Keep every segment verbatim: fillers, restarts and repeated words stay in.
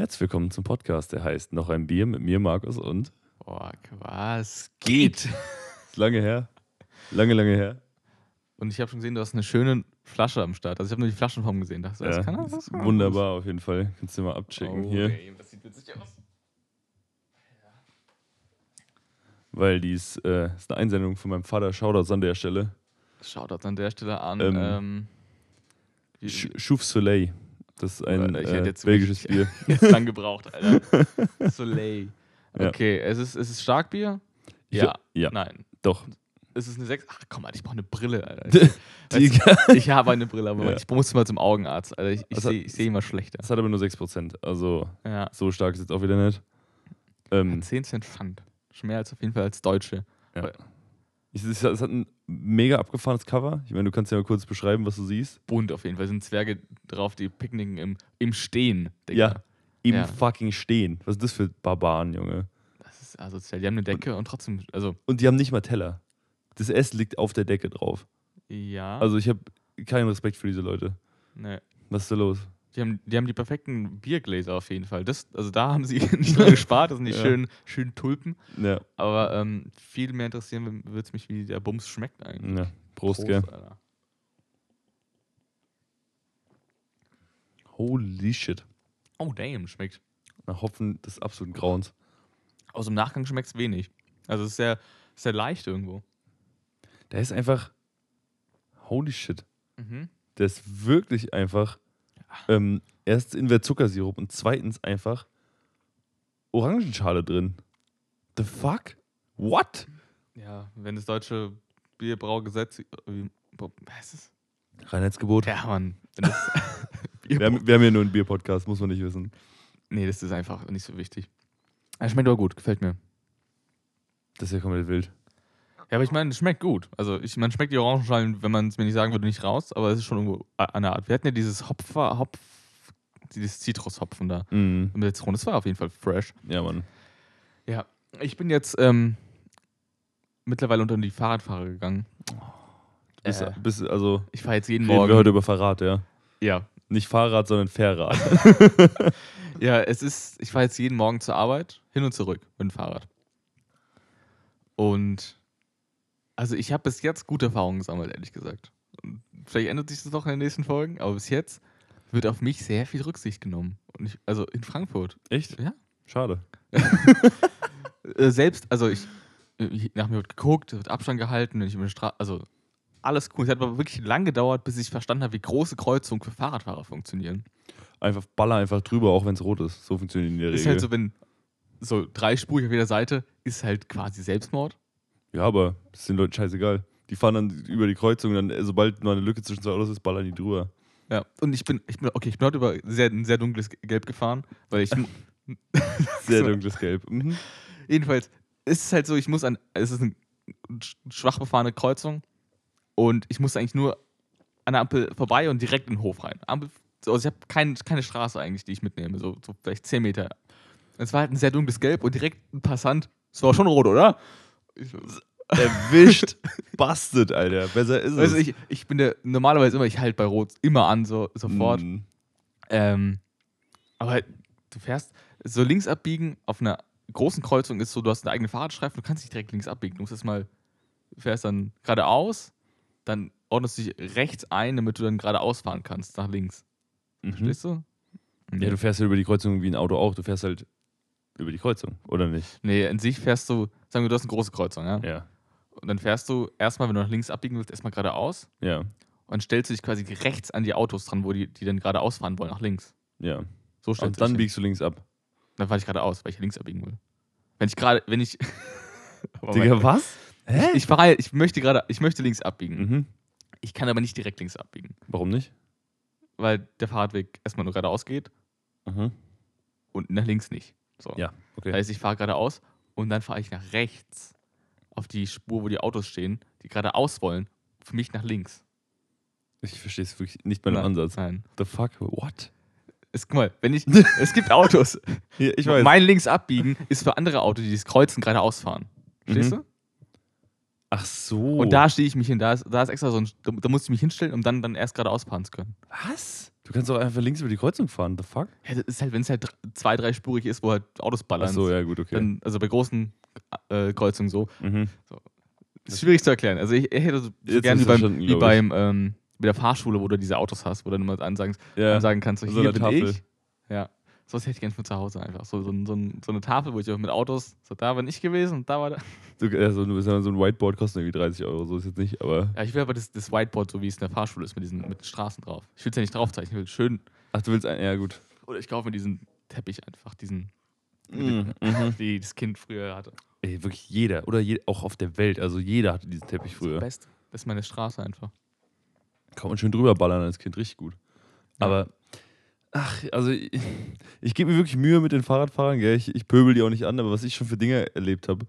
Herzlich willkommen zum Podcast, der heißt Noch ein Bier mit mir, Markus und... Boah, was geht? Ist lange her. Lange, lange her. Und ich habe schon gesehen, du hast eine schöne Flasche am Start. Also ich habe nur die Flaschenform gesehen. Dachte, das Ja, kann ist was wunderbar auf jeden Fall. Kannst du mal abchecken oh, hier. Ey, das sieht witzig aus. Weil die ist, äh, ist eine Einsendung von meinem Vater. Shoutouts an der Stelle. Shoutouts an der Stelle an... Ähm, Ähm, wie- Sch- Chouf Soleil. Das ist ein Oder ich hätte äh, jetzt belgisches wirklich- Bier. Jetzt lang gebraucht, Alter. Soleil. Ja. Okay, es ist, es ist Starkbier? Ich- Ja. ja. Nein. Doch. Es ist eine sechs. Ach komm, Alter, ich brauche eine Brille, Alter. Ich, Digga. weißt du, ich habe eine Brille, aber Ja. ich muss mal zum Augenarzt, Alter. Ich, ich Das hat- sehe seh immer schlechter. Das hat aber nur sechs Prozent. Also Ja. so stark ist jetzt auch wieder nicht. Ähm, zehn Cent Pfand. Schon mehr als auf jeden Fall als Deutsche. ja. ich, es hat ein mega abgefahrenes Cover. Ich meine, du kannst ja mal kurz beschreiben, was du siehst. Bunt auf jeden Fall. Sind Zwerge drauf, die picknicken im, im Stehen. Digga. Ja. Im Ja. fucking Stehen. Was ist das für Barbaren, Junge? Das ist asozial. Die haben eine Decke und, trotzdem, also, Und die haben nicht mal Teller. Das Essen liegt auf der Decke drauf. ja. Also ich habe keinen Respekt für diese Leute. ne. Was ist da los? Die haben, die haben die perfekten Biergläser auf jeden Fall. Das, also da haben sie nicht dran gespart. Das sind die Ja. schönen, schönen Tulpen. Ja, Aber ähm, viel mehr interessieren würde es mich, wie der Bums schmeckt eigentlich. ja. Prost, gell? Alter. Holy shit. Oh, damn, schmeckt. Nach Hopfen des absoluten Grauens. Aus dem Nachgang schmeckt es wenig. Also es ist sehr, sehr leicht irgendwo. Der ist einfach... Holy shit. Mhm. Der ist wirklich einfach... Ähm, erst in der Zuckersirup und zweitens einfach Orangenschale drin. The fuck? What? Ja, wenn das deutsche Bierbraugesetz. äh, wie- Was ist es? Reinheitsgebot. Ja, Mann. Wenn das Wir haben, wir haben ja nur einen Bier-Podcast, muss man nicht wissen. nee, das ist einfach nicht so wichtig. Er schmeckt aber gut, gefällt mir. Das ist ja komplett wild. Ja, aber ich meine, es schmeckt gut. Also, ich, man schmeckt die Orangenschalen, wenn man es mir nicht sagen würde, nicht raus, aber es ist schon irgendwo eine Art. Wir hatten ja dieses Hopfer, Hopf, dieses Zitrushopfen da Mhm. im letzten Runde. Das war auf jeden Fall fresh. Ja, Mann. Ja, ich bin jetzt ähm, mittlerweile unter die Fahrradfahrer gegangen. Bis, Äh. bis, also Ich fahre jetzt jeden reden Morgen. wir heute über Verrat, ja. Ja, Nicht Fahrrad, sondern Fahrrad. ja, es ist, ich fahre jetzt jeden Morgen zur Arbeit, hin und zurück mit dem Fahrrad. Und also ich habe bis jetzt gute Erfahrungen gesammelt, ehrlich gesagt. Und vielleicht ändert sich das noch in den nächsten Folgen, aber bis jetzt wird auf mich sehr viel Rücksicht genommen. Und ich, also in Frankfurt. Echt? Ja. Schade. Äh, selbst, also ich, ich nach mir wird geguckt, wird Abstand gehalten, wenn ich über die Straße, also alles cool. Es hat aber wirklich lang gedauert, bis ich verstanden habe, wie große Kreuzungen für Fahrradfahrer funktionieren. Einfach baller einfach drüber, auch wenn es rot ist. So funktioniert in der Ist Regel. halt so, wenn so dreispurig auf jeder Seite ist halt quasi Selbstmord. Ja, aber das ist den Leuten scheißegal. Die fahren dann über die Kreuzung, dann, äh, sobald mal eine Lücke zwischen zwei Autos ist, ballern die drüber. Ja. Und ich bin, ich bin, okay, ich bin heute über sehr, ein sehr dunkles Gelb gefahren, weil ich Sehr So. dunkles Gelb. Mhm. jedenfalls ist es halt so, ich muss an, es ist eine schwach befahrene Kreuzung und ich muss eigentlich nur an der Ampel vorbei und direkt in den Hof rein. Ampel, also ich habe kein, keine Straße eigentlich, die ich mitnehme, so, so vielleicht zehn Meter. Es war halt ein sehr dunkles Gelb und direkt ein Passant. Es war schon rot, oder? Ich, Erwischt. Bastet, Alter. Besser ist es. also ich, ich bin der, normalerweise immer, ich halte bei Rot immer an, so sofort. Mhm. Ähm, aber du fährst so links abbiegen auf einer großen Kreuzung ist so, du hast eine eigene Fahrradstreifen, du kannst nicht direkt links abbiegen. Du musst erstmal, du fährst dann geradeaus, dann ordnest du dich rechts ein, damit du dann geradeaus fahren kannst, nach links. Mhm. Verstehst du? Ja, du fährst halt über die Kreuzung wie ein Auto auch. Du fährst halt über die Kreuzung, oder nicht? Nee, in sich fährst du, sagen wir, du hast eine große Kreuzung, ja? Ja. Und dann fährst du erstmal, wenn du nach links abbiegen willst, erstmal geradeaus Ja. und dann stellst du dich quasi rechts an die Autos dran, wo die, die dann geradeaus fahren wollen, nach links. Ja. So stellst Und du dann dich hin. biegst du links ab. Dann fahre ich geradeaus, weil ich links abbiegen will. Wenn ich gerade, wenn ich. Aber Digga, mein- was? Ich, ich fahre, ich möchte gerade, ich möchte links abbiegen. Mhm. Ich kann aber nicht direkt links abbiegen, Warum nicht? weil der Fahrradweg erstmal nur geradeaus geht Mhm. und nach links nicht. So. Ja, okay. Das heißt, ich fahre geradeaus und dann fahre ich nach rechts auf die Spur, wo die Autos stehen, die geradeaus wollen, für mich nach links. Ich verstehe es wirklich nicht bei dem Nein, Ansatz. Nein. The fuck? What? Es, guck mal, wenn ich, es gibt Autos. Ja, ich weiß. Mein links abbiegen ist für andere Autos, die das Kreuzen geradeaus fahren. Verstehst Mhm. du? Ach so. Und da stehe ich mich hin. Da ist, da ist extra so ein. Da, da muss ich mich hinstellen, um dann, dann erst geradeaus fahren zu können. Was? Du Du kannst doch einfach links über die Kreuzung fahren, the fuck? Ja, das ist halt, wenn es halt dr- zwei-, dreispurig ist, wo halt Autos ballern. Ach so, ja, gut, okay. Dann, also bei großen äh, Kreuzungen so. Mhm. Ist schwierig zu erklären. Also ich, ich hätte so Jetzt gerne wie ist beim, verstanden, wie glaub ich. beim ähm, bei der Fahrschule, wo du diese Autos hast, wo du dann immer ansagen, Ja. ansagen kannst, so, So hier eine bin Tafel. ich. Ja. So was hätte ich gerne von zu Hause einfach. So, so, so, so eine Tafel, wo ich auch mit Autos, so da bin ich gewesen und da war der. So, also, du bist ja so ein Whiteboard, kostet irgendwie dreißig Euro, so ist jetzt nicht, aber. Ja, ich will aber das, das Whiteboard, so wie es in der Fahrschule ist, mit diesen mit den Straßen drauf. Ich will es ja nicht draufzeichnen, ich will schön. Ach, du willst ein. Ja, gut. Oder ich kaufe mir diesen Teppich einfach, diesen, Mhm. die das Kind früher hatte. Ey, wirklich jeder. Oder je, auch auf der Welt. Also jeder hatte diesen Teppich Das ist das früher. Beste. Das ist meine Straße einfach. Kann man schön drüber ballern als Kind, richtig gut. Ja. Aber, ach, also ich, ich gebe mir wirklich Mühe mit den Fahrradfahrern, gell? Ich, ich pöbel die auch nicht an, aber was ich schon für Dinge erlebt habe.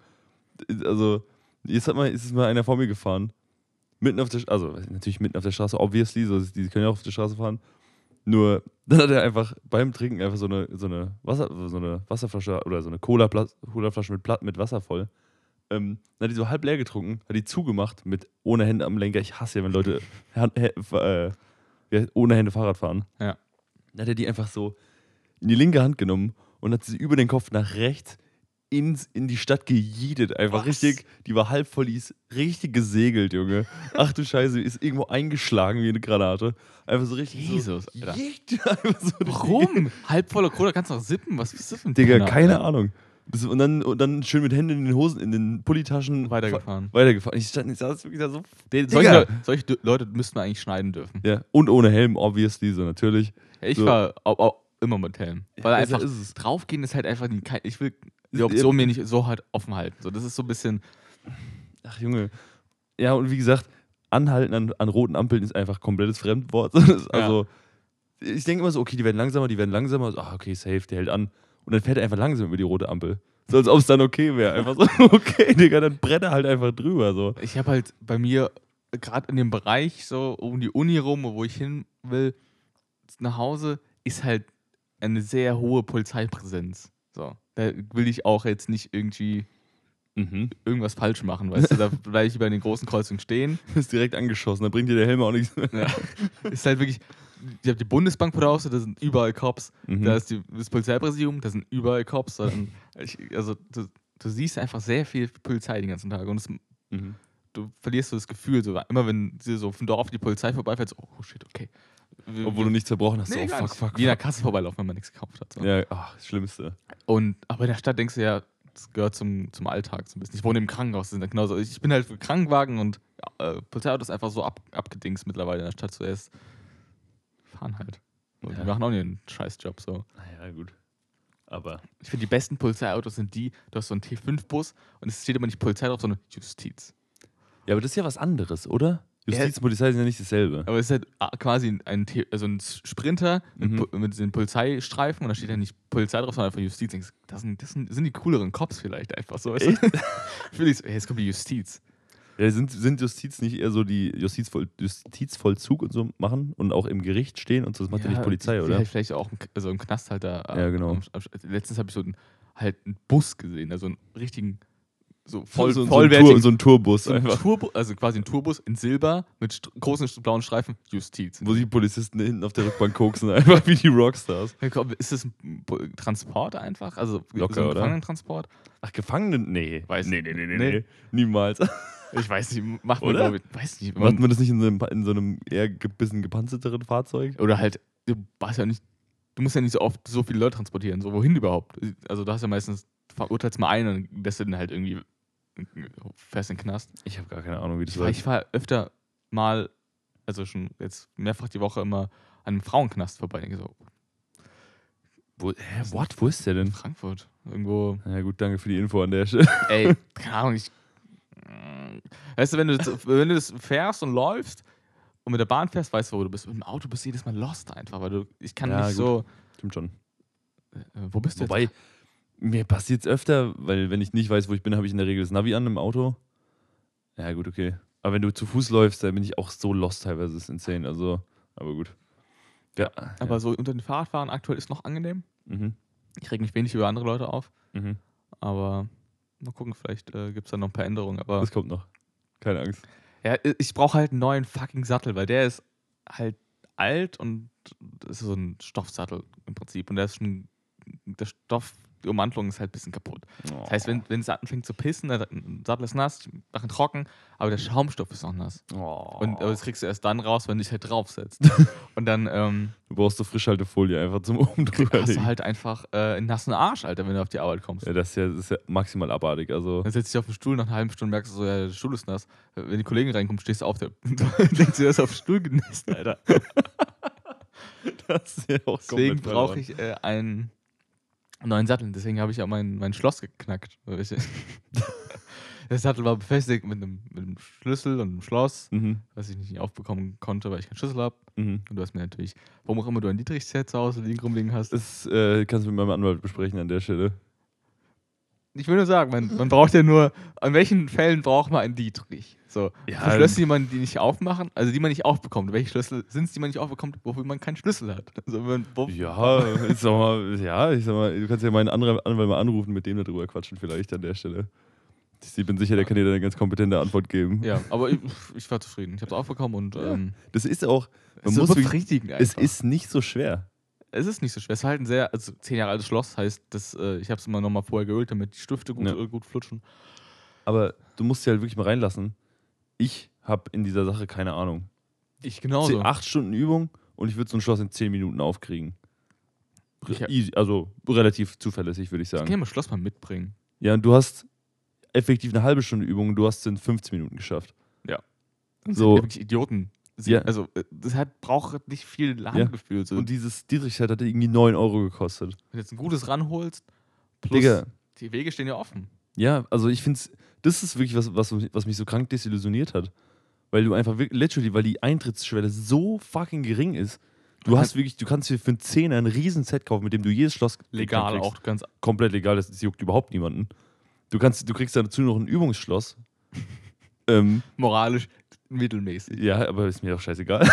Also, jetzt hat mal, ist es mal einer vor mir gefahren. Mitten auf der Straße, also natürlich mitten auf der Straße, obviously, so, die können ja auch auf der Straße fahren. Nur, dann hat er einfach beim Trinken einfach so eine, so eine, Wasser, so eine Wasserflasche oder so eine Cola-Flasche mit, Pla- mit Wasser voll. Ähm, dann hat die so halb leer getrunken, hat die zugemacht mit ohne Hände am Lenker. Ich hasse ja, wenn Leute Hand, hä- äh, ja, ohne Hände Fahrrad fahren. Ja. Dann hat er die einfach so in die linke Hand genommen und hat sie über den Kopf nach rechts ins, in die Stadt gejietet. Einfach Was? richtig, die war halb voll, die ist richtig gesegelt, Junge. Ach du Scheiße, die ist irgendwo eingeschlagen wie eine Granate. Einfach so richtig Jesus, so, Alter. jiet, einfach so durch die Warum? Halb voller Cola kannst du doch sippen. Was ist das für ein Digga, Penner, keine Alter? Ahnung. Das, und, dann, und dann schön mit Händen in den Hosen, in den Pullitaschen Weitergefahren. weitergefahren. Ich stand, ich saß wirklich da so. Den, Digga. solche, solche Du- Leute müssten wir eigentlich schneiden dürfen. Ja, und ohne Helm, obviously, so natürlich. Ja, ich So. war au, au, immer mit Helm. Weil Besser einfach ist es. draufgehen ist halt einfach die, kein- ich will die Ja. Option mir nicht so halt offen halten. So, das ist so ein bisschen. Ach, Junge. Ja, und wie gesagt, anhalten an, an roten Ampeln ist einfach komplettes Fremdwort. Das ist also, ich denke immer so, okay, die werden langsamer, die werden langsamer. So, ach, okay, safe, der hält an. Und dann fährt er einfach langsam über die rote Ampel. So, als ob es dann okay wäre. Einfach so, okay, Digga, dann brennt er halt einfach drüber. So. Ich habe halt bei mir gerade in dem Bereich so um die Uni rum, wo ich hin will, nach Hause, ist halt eine sehr hohe Polizeipräsenz. So, da will ich auch jetzt nicht irgendwie Mhm. irgendwas falsch machen, weißt du, da bleibe ich bei den großen Kreuzungen stehen. Du bist direkt angeschossen, da bringt dir der Helm auch nichts mehr. Ja. Ist halt wirklich, ich habe die Bundesbank vor der Haustür, da sind überall Cops. Mhm. Da ist die, das Polizeipräsidium, da sind überall Cops. Dann, ich, also du, du siehst einfach sehr viel Polizei den ganzen Tag und es, Mhm. du verlierst so das Gefühl, so, immer wenn sie so vom Dorf die Polizei vorbeifährt, so, oh shit, okay. Wir- Obwohl du nichts zerbrochen hast. nee, so, gar oh, fuck, nicht. fuck, Wie in der fuck. Kasse vorbeilaufen, wenn man nichts gekauft hat. So. Ja, ach, das Schlimmste. Und, aber in der Stadt denkst du ja, das gehört zum, zum Alltag so ein bisschen. Ich wohne im Krankenhaus, das ist genauso. Ich bin halt für Krankenwagen und äh, Polizeiautos einfach so ab, abgedingst mittlerweile in der Stadt zuerst. Fahren halt. Und Ja. die machen auch nicht einen Scheißjob so. Naja, gut. Aber. Ich finde, die besten Polizeiautos sind die, du hast so einen T fünf Bus und es steht aber nicht Polizei drauf, sondern Justiz. Ja, aber das ist ja was anderes, oder? Ja. Justiz und Polizei sind ja nicht dasselbe. Aber es ist halt ah, quasi ein, T- also ein Sprinter mit, Mhm. Po- mit den Polizeistreifen und da steht ja nicht Polizei drauf, sondern einfach Justiz. Denkst, das sind, das sind, sind die cooleren Cops vielleicht einfach so. Weißt du? Finde ich so, hey, jetzt kommt die Justiz. Ja, sind, sind Justiz nicht eher so die Justizvoll, Justizvollzug und so machen und auch im Gericht stehen und so? Das macht ja, nicht Polizei, die, oder? Die halt vielleicht auch im, also im Knast halt da. Ja, genau. am- am- letztens habe ich so einen, halt einen Bus gesehen, also einen richtigen, so voll, so, so, ein vollwertigen. Tour, so ein Tourbus so ein einfach. Turbo, also quasi ein Tourbus in Silber mit st großen st blauen Streifen, Justiz. Wo die Polizisten hinten auf der Rückbank koksen, einfach wie die Rockstars. Ist das ein Po- Transport einfach? Also Locker, so ein oder? Gefangenentransport? Ach, Gefangenen? Nee. Weiß nee, nicht. nee, nee, nee, Nee. nee. Niemals. Ich weiß nicht, macht man Oder? glaube ich, weiß nicht. Macht man das nicht in so einem, in so einem eher ge bisschen gepanzerteren Fahrzeug? Oder halt, du warst ja nicht, du musst ja nicht so oft so viele Leute transportieren. So, wohin überhaupt? Also du hast ja meistens, verurteilst mal einen und lässt du den halt irgendwie fest in den Knast. Ich habe gar keine Ahnung, wie das Ich, fahr- ich fahre öfter mal, also schon jetzt mehrfach die Woche immer an einem Frauenknast vorbei. Denke so, Wo, hä, what? Wo ist der in denn? Frankfurt. Irgendwo. Na ja, gut, danke für die Info an der Stelle. Ey, keine Ahnung, ich. Weißt du, wenn du, das, wenn du das fährst und läufst und mit der Bahn fährst, weißt du, wo du bist. Mit dem Auto bist du jedes Mal lost einfach, weil du. Ich kann Ja, nicht gut. so. Stimmt schon. Äh, wo bist du Wobei, jetzt? mir passiert es öfter, weil wenn ich nicht weiß, wo ich bin, habe ich in der Regel das Navi an im Auto. Ja, gut, okay. Aber wenn du zu Fuß läufst, dann bin ich auch so lost teilweise. Das ist insane. Also, aber gut. Ja. Aber so unter den Fahrradfahren aktuell ist noch angenehm. ja. Mhm. Ich reg mich wenig über andere Leute auf. Mhm. Aber mal gucken, vielleicht äh, gibt es da noch ein paar Änderungen. Aber Das kommt noch. Keine Angst. ja, ich brauche halt einen neuen fucking Sattel, weil der ist halt alt und das ist so ein Stoffsattel im Prinzip. Und der ist schon, der Stoff, die Ummantelung ist halt ein bisschen kaputt. Oh. Das heißt, wenn, wenn es anfängt zu pissen, der Sattel ist nass, ich mache ihn trocken, aber der Schaumstoff ist auch nass. Oh. Und aber das kriegst du erst dann raus, wenn du dich halt draufsetzt. Und dann ähm, Du brauchst so Frischhaltefolie einfach zum oben drüber hast du legen. halt einfach äh, einen nassen Arsch, Alter, wenn du auf die Arbeit kommst. Ja, das ist ja, das ist ja maximal abartig. Also, Dann setzt du dich auf den Stuhl, nach einer halben Stunde merkst du so, ja, der Stuhl ist nass. Wenn die Kollegen reinkommen, stehst du auf, der denkst du, der ist auf den Stuhl genässt, Alter. das ist ja auch Deswegen komplett brauche verloren. ich äh, einen neuen Sattel. Deswegen habe ich auch mein, mein Schloss geknackt. Weil ich- Der Sattel war befestigt mit einem, mit einem Schlüssel und einem Schloss, Mhm. was ich nicht aufbekommen konnte, weil ich keinen Schlüssel habe. Mhm. Und du hast mir natürlich, warum auch immer du ein Dietrich-Set zu Hause liegen, rumliegen hast. Das äh, kannst du mit meinem Anwalt besprechen an der Stelle. Ich will nur sagen, man, man braucht ja nur, an welchen Fällen braucht man einen Dietrich? So, Ja, für Schlösser, die man die nicht aufmachen, also die man nicht aufbekommt. Welche Schlüssel sind es, die man nicht aufbekommt, wofür man keinen Schlüssel hat? Also, wenn, wo, Ja, ich sag mal, ja, ich sag mal, du kannst ja meinen anderen Anwalt mal anrufen, mit dem darüber quatschen vielleicht an der Stelle. Ich bin sicher, der kann dir da eine ganz kompetente Antwort geben. Ja, aber ich, ich war zufrieden. Ich habe es aufbekommen und Ja. ähm, Das ist auch, man es ist muss so wirklich, befriedigend es einfach. ist nicht so schwer. Es ist nicht so schwer. Es ist halt ein sehr, also zehn Jahre altes Schloss, heißt, das, äh, ich habe es immer nochmal vorher geölt, damit die Stifte gut, Ja. äh, gut flutschen. Aber du musst dir halt wirklich mal reinlassen. Ich habe in dieser Sache keine Ahnung. Ich Zehn, genauso. acht Stunden Übung und ich würde so ein Schloss in zehn Minuten aufkriegen. Re- Ich hab- Easy, also relativ zuverlässig, würde ich Ich kann sagen. ja mal Schloss mal mitbringen. Ja, und du hast effektiv eine halbe Stunde Übung und du hast es in fünfzehn Minuten geschafft. Das So. sind wirklich Idioten. Sie, Ja. Also, äh, das hat, braucht nicht viel Handgefühl. So, Und dieses Dietrich-Set hat irgendwie neun Euro gekostet. wenn du jetzt ein gutes ranholst, plus Digga, die Wege stehen ja offen. ja, also ich finde es, das ist wirklich was, was, was mich so krank desillusioniert hat. Weil du einfach wirklich, literally, weil die Eintrittsschwelle so fucking gering ist. Du Man hast wirklich, du kannst dir für einen Zehner ein riesen Set kaufen, mit dem du jedes Schloss Legal kriegst. auch ganz. Komplett legal, das, das juckt überhaupt niemanden. Du kannst, du kriegst dazu noch ein Übungsschloss. ähm, Moralisch mittelmäßig. ja, aber ist mir auch scheißegal.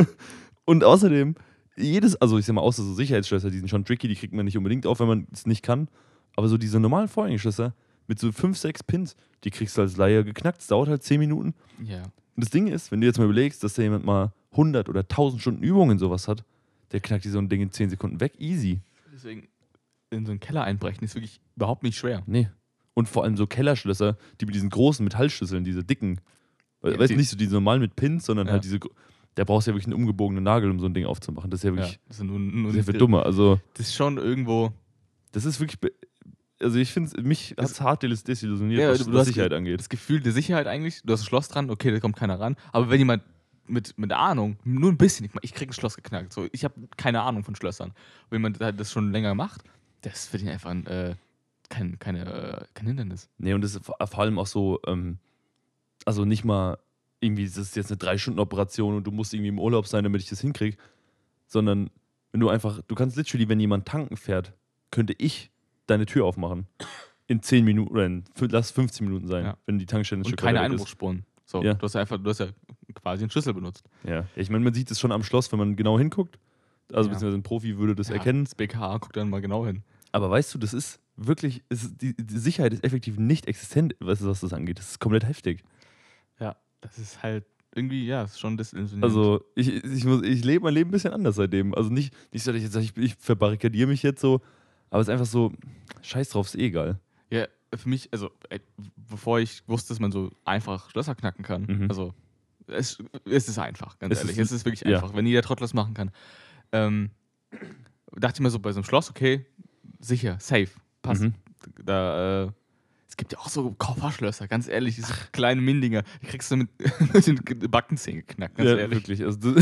Und außerdem, jedes, also ich sag mal, außer so Sicherheitsschlösser, die sind schon tricky, die kriegt man nicht unbedingt auf, wenn man es nicht kann. Aber so diese normalen Vorhängeschlösser mit so fünf, sechs Pins, die kriegst du als Laie geknackt. Das dauert halt zehn Minuten. Ja. Und das Ding ist, wenn du jetzt mal überlegst, dass da jemand mal hundert oder tausend Stunden Übung in sowas hat, der knackt dir so ein Ding in zehn Sekunden weg. Easy. Deswegen in so einen Keller einbrechen ist wirklich überhaupt nicht schwer. Nee. Und vor allem so Kellerschlösser, die mit diesen großen Metallschlüsseln, diese dicken. Ja, weißt du, die- nicht so diese normalen mit Pins, sondern Ja. halt diese. gro- Da brauchst du ja wirklich einen umgebogenen Nagel, um so ein Ding aufzumachen. Das ist ja Ja, wirklich das ist nur, nur sehr viel dummer. Also, Das ist schon irgendwo. das ist wirklich. Be also, ich finde, mich hat es hart des- desillusioniert, Ja, was, du- du was hast Sicherheit ge- angeht. Das Gefühl der Sicherheit eigentlich. Du hast ein Schloss dran, okay, da kommt keiner ran. Aber wenn jemand mit, mit Ahnung, nur ein bisschen, ich, ich krieg ein Schloss geknackt. So, ich habe keine Ahnung von Schlössern. Wenn jemand halt das schon länger macht, das ist für den einfach ein, äh, kein, keine, äh, kein Hindernis. Nee, und das ist vor vor allem auch so, ähm, also nicht mal irgendwie, das ist jetzt eine drei-Stunden-Operation und du musst irgendwie im Urlaub sein, damit ich das hinkriege, sondern wenn du einfach, du kannst literally, wenn jemand tanken fährt, könnte ich deine Tür aufmachen. In zehn Minuten, oder in, lass fünfzehn Minuten sein, Ja. wenn die Tankstelle ein Und Stück keine weiter weg ist. Einbruchsspuren. So, Ja. du hast ja einfach, du hast ja quasi einen Schlüssel benutzt. Ja, ich meine, man sieht es schon am Schloss, wenn man genau hinguckt. Also Ja. beziehungsweise ein Profi würde das Ja, erkennen. Das B K A guckt dann mal genau hin. Aber weißt du, das ist wirklich, es ist, die, die Sicherheit ist effektiv nicht existent, was, was das angeht. Das ist komplett heftig. Ja, das ist halt irgendwie, ja, ist schon desillusionierend. Also ich, ich, muss- ich lebe mein Leben ein bisschen anders seitdem. Also nicht, nicht so, dass ich jetzt sage, ich, ich verbarrikadiere mich jetzt so, aber es ist einfach so, scheiß drauf, ist eh egal. Ja, für mich, also, äh, bevor ich wusste, dass man so einfach Schlösser knacken kann, Mhm. also, es, es ist einfach, ganz Es ehrlich. ist- es ist wirklich ja. einfach, wenn jeder Trottel das machen kann. Ähm, dachte ich mir so, bei so einem Schloss, okay, sicher, safe, passt. Mhm. Da, äh, es gibt ja auch so Kofferschlösser, ganz ehrlich, diese kleinen Mindinger, die kriegst du mit, mit den Backenzähnen geknackt, ganz Ja, ehrlich. wirklich. Also, das,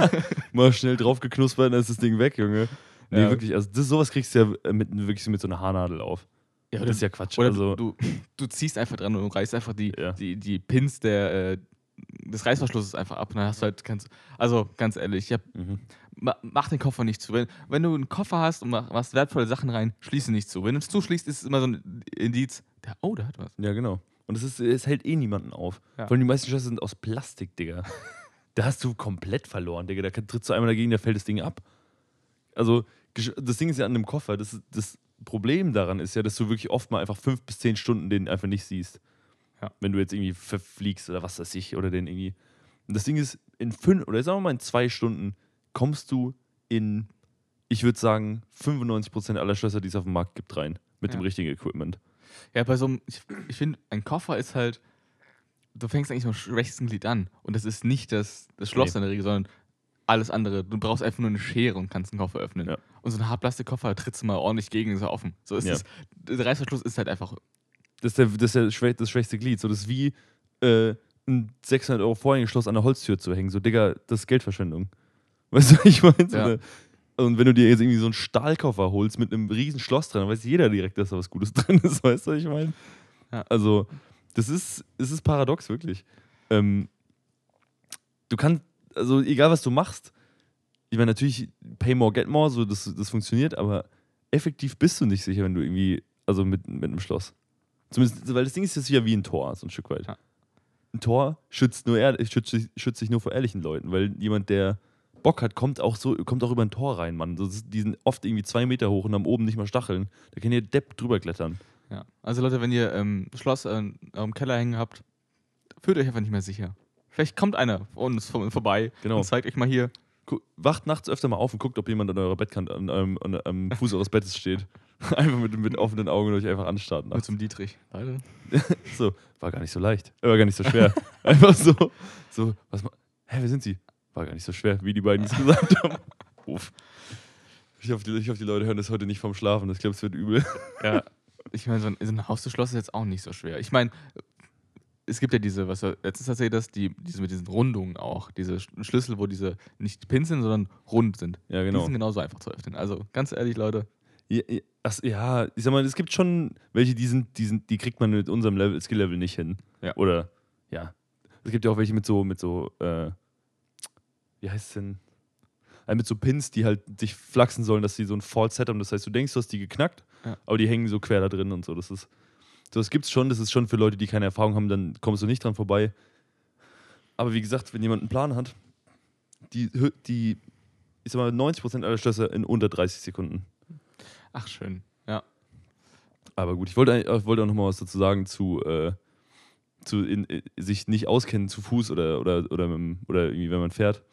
mal schnell drauf geknuspert, dann ist das Ding weg, Junge. Nee, Ja. wirklich. Also das, sowas kriegst du ja mit, wirklich so mit so einer Haarnadel auf. Ja, Das ist ja Quatsch. Oder also, du, du, du ziehst einfach dran und reißt einfach die, Ja. die, die Pins der, äh, des Reißverschlusses einfach ab. Und dann hast du halt, kannst, also ganz ehrlich, ich hab, mhm. ma, mach den Koffer nicht zu. Wenn, wenn du einen Koffer hast und mach, machst wertvolle Sachen rein, schließe nicht zu. Wenn du es zuschließt, ist es immer so ein Indiz, der, oh, der hat was. Ja, genau. Und es, ist, es hält eh niemanden auf. Ja. Vor allem die meisten Schlösser sind aus Plastik, Digga. Da hast du komplett verloren, Digga. Da trittst du einmal dagegen, da fällt das Ding ab. Also, gesch- das Ding ist ja an dem Koffer. Das, ist- das Problem daran ist ja, dass du wirklich oft mal einfach fünf bis zehn Stunden den einfach nicht siehst. Ja. Wenn du jetzt irgendwie verfliegst oder was weiß ich, oder den irgendwie. Und das Ding ist, in fünf, oder sagen wir mal in zwei Stunden kommst du in, ich würde sagen, fünfundneunzig Prozent aller Schlösser, die es auf dem Markt gibt, rein. Mit Ja. dem richtigen Equipment. Ja, bei so einem, ich, ich finde, ein Koffer ist halt, du fängst eigentlich am schwächsten Glied an. Und das ist nicht das, das Schloss Nee. in der Regel, sondern alles andere. Du brauchst einfach nur eine Schere und kannst einen Koffer öffnen. Ja. Und so ein Hartplastikkoffer trittst du mal ordentlich gegen, ist er offen. So ist Ja. es. Der Reißverschluss ist halt einfach. Das ist, der, das, ist der schwä das schwächste Glied. So, das ist wie äh, ein sechshundert Euro Vorhängeschloss an der Holztür zu hängen. So, Digga, das ist Geldverschwendung. Weißt du, was ich meine? So Ja. eine- Und wenn du dir jetzt irgendwie so einen Stahlkoffer holst mit einem riesen Schloss dran, dann weiß jeder direkt, dass da was Gutes drin ist. Weißt du, was ich meine? Ja. Also, das ist, es ist paradox, wirklich. Ähm, du kannst, also egal was du machst, ich meine, natürlich, pay more, get more, so, das, das funktioniert, aber effektiv bist du nicht sicher, wenn du irgendwie, also mit, mit einem Schloss. Zumindest, weil das Ding ist jetzt ja wie ein Tor, so ein Stück weit. Ja. Ein Tor schützt, nur ehr, schützt, sich- schützt sich nur vor ehrlichen Leuten, weil jemand, der Bock hat, kommt auch so, kommt auch über ein Tor rein, Mann. Das ist, die sind oft irgendwie zwei Meter hoch und haben oben nicht mal Stacheln. Da kann ihr Depp drüber klettern. Ja. Also Leute, wenn ihr ähm, Schloss äh, im Keller hängen habt, fühlt euch einfach nicht mehr sicher. Vielleicht kommt einer von uns vor- vorbei Genau. und zeigt euch mal hier. Gu- Wacht nachts öfter mal auf und guckt, ob jemand an eurer Bettkante, an eurem an, am Fuß eures Bettes steht. Einfach mit, mit offenen Augen und euch einfach anstarrt. Mit nachts. zum Dietrich. Leute. So, war gar nicht so leicht. Äh, War gar nicht so schwer. Einfach so, so, was ma hä, wer sind sie? War gar nicht so schwer, wie die beiden es gesagt haben. Uff. Ich hoffe, die, ich hoffe, die Leute hören das heute nicht vom Schlafen. Ich glaube, es wird übel. Ja. Ich meine, so ein, so ein Haus zu Schloss ist jetzt auch nicht so schwer. Ich meine, es gibt ja diese, was du letztens erzählt hast, die, diese mit diesen Rundungen auch. Diese Sch- Schlüssel, wo diese nicht Pins sind, sondern rund sind. Ja, Die genau. sind genauso einfach zu öffnen. Also ganz ehrlich, Leute. Ja, ja, ach, ja, ich sag mal, es gibt schon welche, die sind, die sind, die kriegt man mit unserem Level, Skill-Level nicht hin. Ja. Oder, ja. Es gibt ja auch welche mit so, mit so, äh, wie heißt es denn? Äh, mit so Pins, die halt sich flachsen sollen, dass sie so ein False-Set haben. Das heißt, du denkst, du hast die geknackt, Ja. aber die hängen so quer da drin und so. Das ist, so, das gibt's schon, das ist schon für Leute, die keine Erfahrung haben, dann kommst du nicht dran vorbei. Aber wie gesagt, wenn jemand einen Plan hat, die, hö- die ich sag mal, neunzig Prozent aller Schlösser in unter dreißig Sekunden. Ach, schön. Ja. Aber gut, ich wollte, eigentlich- ich wollte auch noch mal was dazu sagen zu, äh, zu in, in, sich nicht auskennen zu Fuß oder, oder, oder, mit, dem- oder irgendwie, wenn man fährt.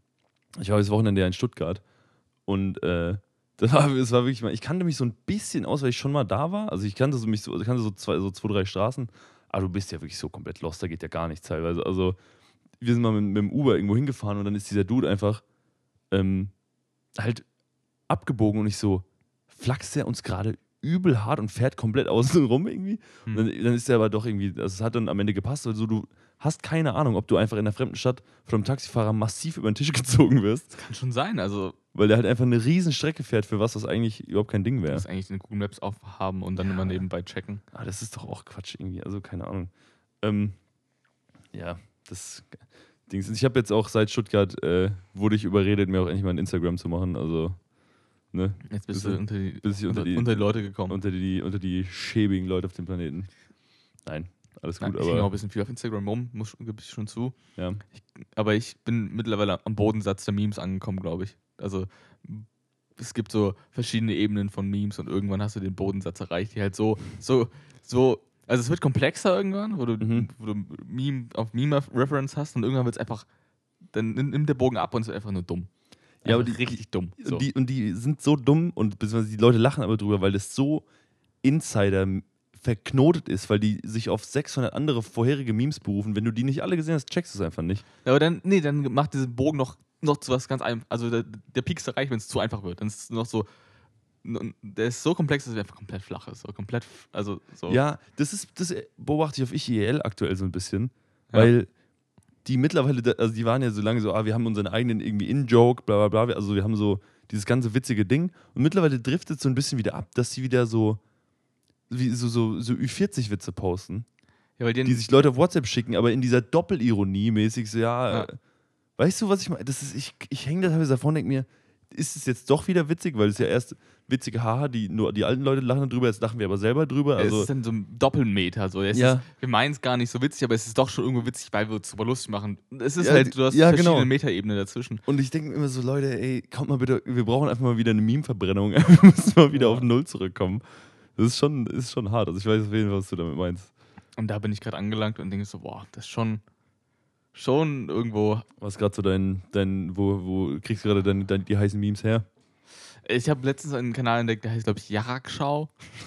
Ich war das Wochenende ja in Stuttgart und äh, das war, das war wirklich mal, ich kannte mich so ein bisschen aus, weil ich schon mal da war. Also ich kannte so mich so, ich kannte so zwei, so zwei, drei Straßen, aber du bist ja wirklich so komplett lost, da geht ja gar nichts teilweise. Also wir sind mal mit, mit dem Uber irgendwo hingefahren und dann ist dieser Dude einfach ähm, halt abgebogen und ich so, flachst der uns gerade übel hart und fährt komplett außen rum irgendwie. Hm. Und dann, dann ist der aber doch irgendwie, also es hat dann am Ende gepasst. Also du hast keine Ahnung, ob du einfach in einer fremden Stadt von einem Taxifahrer massiv über den Tisch gezogen wirst, Kann schon sein. Also, weil der halt einfach eine riesen Strecke fährt für was, was eigentlich überhaupt kein Ding du wäre. musst eigentlich den Google Maps aufhaben und dann Ja. immer nebenbei checken. Ah, das ist doch auch Quatsch irgendwie, also keine Ahnung. Ähm, ja, das Dings. Ich habe jetzt auch seit Stuttgart, äh, wurde ich überredet, mir auch endlich mal ein Instagram zu machen, also ne, Jetzt bist Bist du du- unter die, bis ich unter, unter die- unter die Leute gekommen. unter die, unter die schäbigen Leute auf dem Planeten. Nein, alles Nein, gut, ich hänge auch ein aber bisschen viel auf Instagram rum, muss, gebe ich schon zu. ja. Aber ich bin mittlerweile am Bodensatz der Memes angekommen, glaube ich. Also m- es gibt so verschiedene Ebenen von Memes und irgendwann hast du den Bodensatz erreicht, die halt so, so, so, also es wird komplexer irgendwann, wo du, Mhm. wo du Meme auf Meme-Reference hast und irgendwann wird es einfach, dann nimm- nimmt der Bogen ab und es ist einfach nur dumm. Ja, aber Einfach die- richtig dumm. So. Und, die, und die sind so dumm und beziehungsweise die Leute lachen aber drüber, weil das so Insider verknotet ist, weil die sich auf sechshundert andere vorherige Memes berufen. Wenn du die nicht alle gesehen hast, checkst du es einfach nicht. Aber dann, nee, dann macht diesen Bogen noch, noch zu was ganz einfach. Also der, der Peak ist erreicht, wenn es zu einfach wird. Dann ist es noch so, n- der ist so komplex, dass er einfach komplett flach ist. So komplett, f- also so. Ja, das ist, das beobachte ich auf Ich I E L aktuell so ein bisschen, Ja. weil die mittlerweile, da- also die waren ja so lange so, ah, wir haben unseren eigenen irgendwie In-Joke, bla bla bla, also wir haben so dieses ganze witzige Ding und mittlerweile driftet es so ein bisschen wieder ab, dass sie wieder so, wie, so, so, so Ü vierzig Witze posten, Ja, weil die, die sich Leute auf WhatsApp schicken, aber in dieser Doppelironie mäßig so, ja, Ja. äh, weißt du, was ich meine? Das ist, ich, ich hänge da teilweise davon und denke mir, ist es jetzt doch wieder witzig, weil es ja erst witzige Haha, die nur die alten Leute lachen drüber, jetzt lachen wir aber selber drüber. es Also, ist dann so ein Doppelmeter. So. Es Ja. ist, wir meinen es gar nicht so witzig, aber es ist doch schon irgendwo witzig, weil wir uns super lustig machen. Es ist Ja, halt, du hast ja, verschiedene genau. Metaebenen dazwischen. und ich denke mir immer so, Leute, ey, kommt mal bitte, wir brauchen einfach mal wieder eine Meme-Verbrennung. Wir müssen mal wieder Ja. auf Null zurückkommen. Das ist schon, ist schon hart. Also ich weiß auf jeden Fall, was du damit meinst. Und da bin ich gerade angelangt und denke so, boah, das ist schon, schon irgendwo. Was gerade so dein, dein, wo, wo kriegst du gerade dein, dein, die heißen Memes her? Ich habe letztens einen Kanal entdeckt, der heißt, glaube ich, Jarakschau.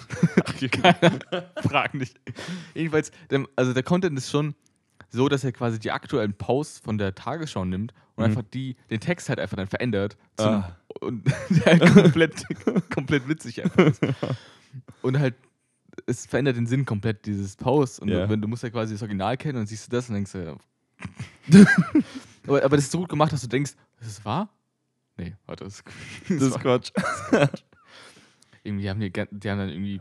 Keiner, frag nicht. Jedenfalls, der, also der Content ist schon so, dass er quasi die aktuellen Posts von der Tagesschau nimmt und Mhm. einfach die, den Text halt einfach dann verändert. Zum, Ah. Und der halt komplett, komplett witzig einfach ist. Und halt, es verändert den Sinn komplett dieses Posts. Und Ja. wenn du musst ja quasi das Original kennen und siehst du das und denkst du, ja. aber, aber das ist so gut gemacht, dass du denkst, ist das wahr? Nee, warte, das, Das ist Quatsch. irgendwie haben die, gan- die haben dann irgendwie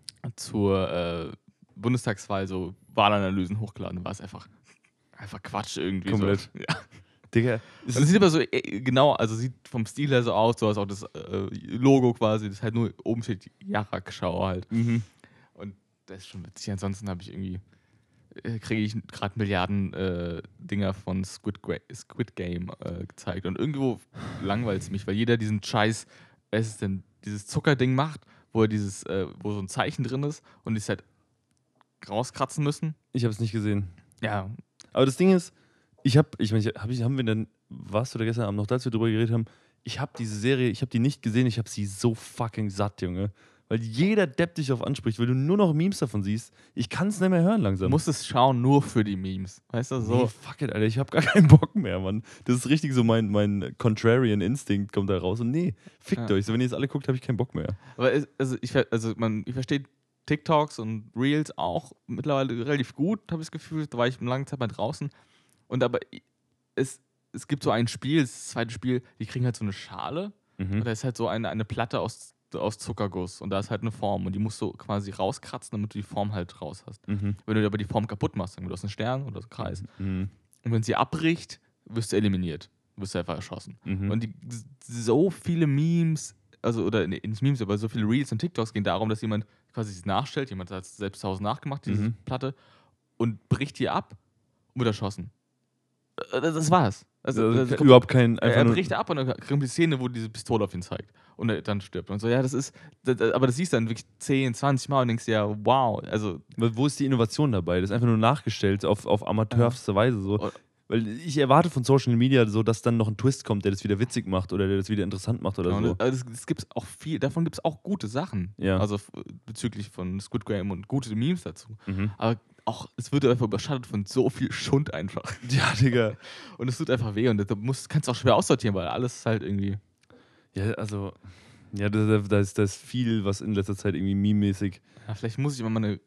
zur äh, Bundestagswahl so Wahlanalysen hochgeladen. Da war es einfach, einfach Quatsch irgendwie. Komplett. So. Ja. Digga, Und es das ist, sieht aber so äh, genau, also sieht vom Stil her so aus, so als auch das äh, Logo quasi, das halt nur oben steht Jarak-Schau halt. mhm. Und das ist schon witzig. Ansonsten habe ich irgendwie, äh, kriege ich gerade Milliarden äh, Dinger von Squid, Gra- Squid Game äh, gezeigt. Und irgendwo langweilt es mich, weil jeder diesen Scheiß, was ist denn, dieses Zuckerding macht, wo er dieses, äh, wo so ein Zeichen drin ist und die es halt rauskratzen müssen. Ich habe es nicht gesehen. Ja. Aber das Ding ist, ich habe, ich meine, hab ich, haben wir denn, was oder gestern Abend noch, als wir drüber geredet haben, ich habe diese Serie, ich habe die nicht gesehen, ich habe sie so fucking satt, Junge. Weil jeder Depp dich auf anspricht, weil du nur noch Memes davon siehst. Ich kann es nicht mehr hören Du langsam. musst es schauen, nur für die Memes. Weißt du, so. Nee, fuck it, Alter, ich habe gar keinen Bock mehr, Mann. Das ist richtig so mein, mein Contrarian Instinct kommt da raus und nee, fickt Ja. euch. So, wenn ihr es alle guckt, habe ich keinen Bock mehr. Aber es, also ich, ver- also man, ich verstehe TikToks und Reels auch mittlerweile relativ gut, habe ich das Gefühl. Da war ich eine lange Zeit mal draußen. Und aber i- es, es gibt so ein Spiel, das zweite Spiel, die kriegen halt so eine Schale. Mhm. Und da ist halt so eine, eine Platte aus, aus Zuckerguss. Und da ist halt eine Form. Und die musst du quasi rauskratzen, damit du die Form halt raus hast. Mhm. Wenn du aber die Form kaputt machst, dann du hast einen Stern oder einen Kreis. Mhm. Und wenn sie abbricht, wirst du eliminiert. Wirst du einfach erschossen. Mhm. Und die, so viele Memes, also oder nee, nicht Memes, aber so viele Reels und TikToks gehen darum, dass jemand quasi es nachstellt, jemand hat es selbst zu Hause nachgemacht, diese Mhm. Platte, und bricht die ab und wird erschossen. Äh, Das, das war's. Also, Also, also, ke- überhaupt kein. er Einfach er nur, bricht ab und dann kommt die Szene, wo diese Pistole auf ihn zeigt. Und er dann stirbt. Und so, ja, das ist, das, aber das siehst du dann wirklich zehn, zwanzig Mal und denkst dir, ja, wow. Also, wo ist die Innovation dabei? Das ist einfach nur nachgestellt auf, auf amateurste Weise. So. Und- Weil ich erwarte von Social Media so, dass dann noch ein Twist kommt, der das wieder witzig macht oder der das wieder interessant macht oder ja, so. und das, das gibt's auch viel, davon gibt es auch gute Sachen. Ja. Also f- bezüglich von Squid Game und gute Memes dazu. Mhm. Aber auch, es wird einfach überschattet von so viel Schund einfach. Ja, Digga. Und es tut einfach weh und da musst, kannst du auch schwer aussortieren, weil alles ist halt irgendwie. Ja, also. Ja, da, da, da, ist, da ist viel, was in letzter Zeit irgendwie meme-mäßig. Ja, vielleicht muss ich immer mal eine.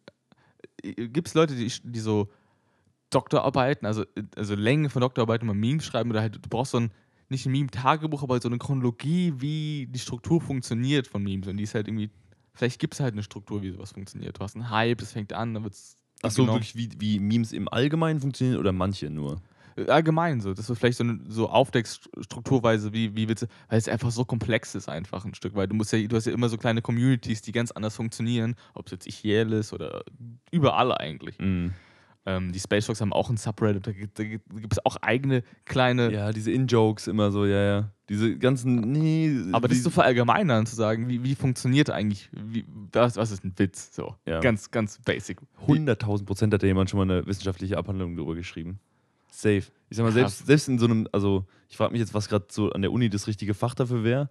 Gibt es Leute, die, die so Doktorarbeiten, also, also Länge von Doktorarbeiten mal Memes schreiben oder halt, du brauchst so ein, nicht ein Meme-Tagebuch, aber so eine Chronologie, wie die Struktur funktioniert von Memes. Und die ist halt irgendwie, vielleicht gibt es halt eine Struktur, wie sowas funktioniert. Du hast einen Hype, das fängt an, dann wird es. Achso, wirklich, wie, wie Memes im Allgemeinen funktionieren oder manche nur? Allgemein so, dass du vielleicht so, eine, so aufdeckst, strukturweise, wie, wie willst du, weil es einfach so komplex ist, einfach ein Stück, weil du musst ja, du hast ja immer so kleine Communities, die ganz anders funktionieren, ob es jetzt Ichiel ist oder überall eigentlich. Mhm. Ähm, die Space Fox haben auch ein Subreddit, da gibt es auch eigene kleine, Ja, diese In-Jokes immer so, ja, ja. Diese ganzen, nee. aber das die, ist so verallgemeinern, zu sagen, wie, wie funktioniert eigentlich, wie, was, was ist ein Witz, so, Ja. ganz, ganz basic. hunderttausend Prozent hat da jemand schon mal eine wissenschaftliche Abhandlung drüber geschrieben. Safe. Ich sag mal, Ja. selbst, selbst in so einem, also ich frage mich jetzt, was gerade so an der Uni das richtige Fach dafür wäre.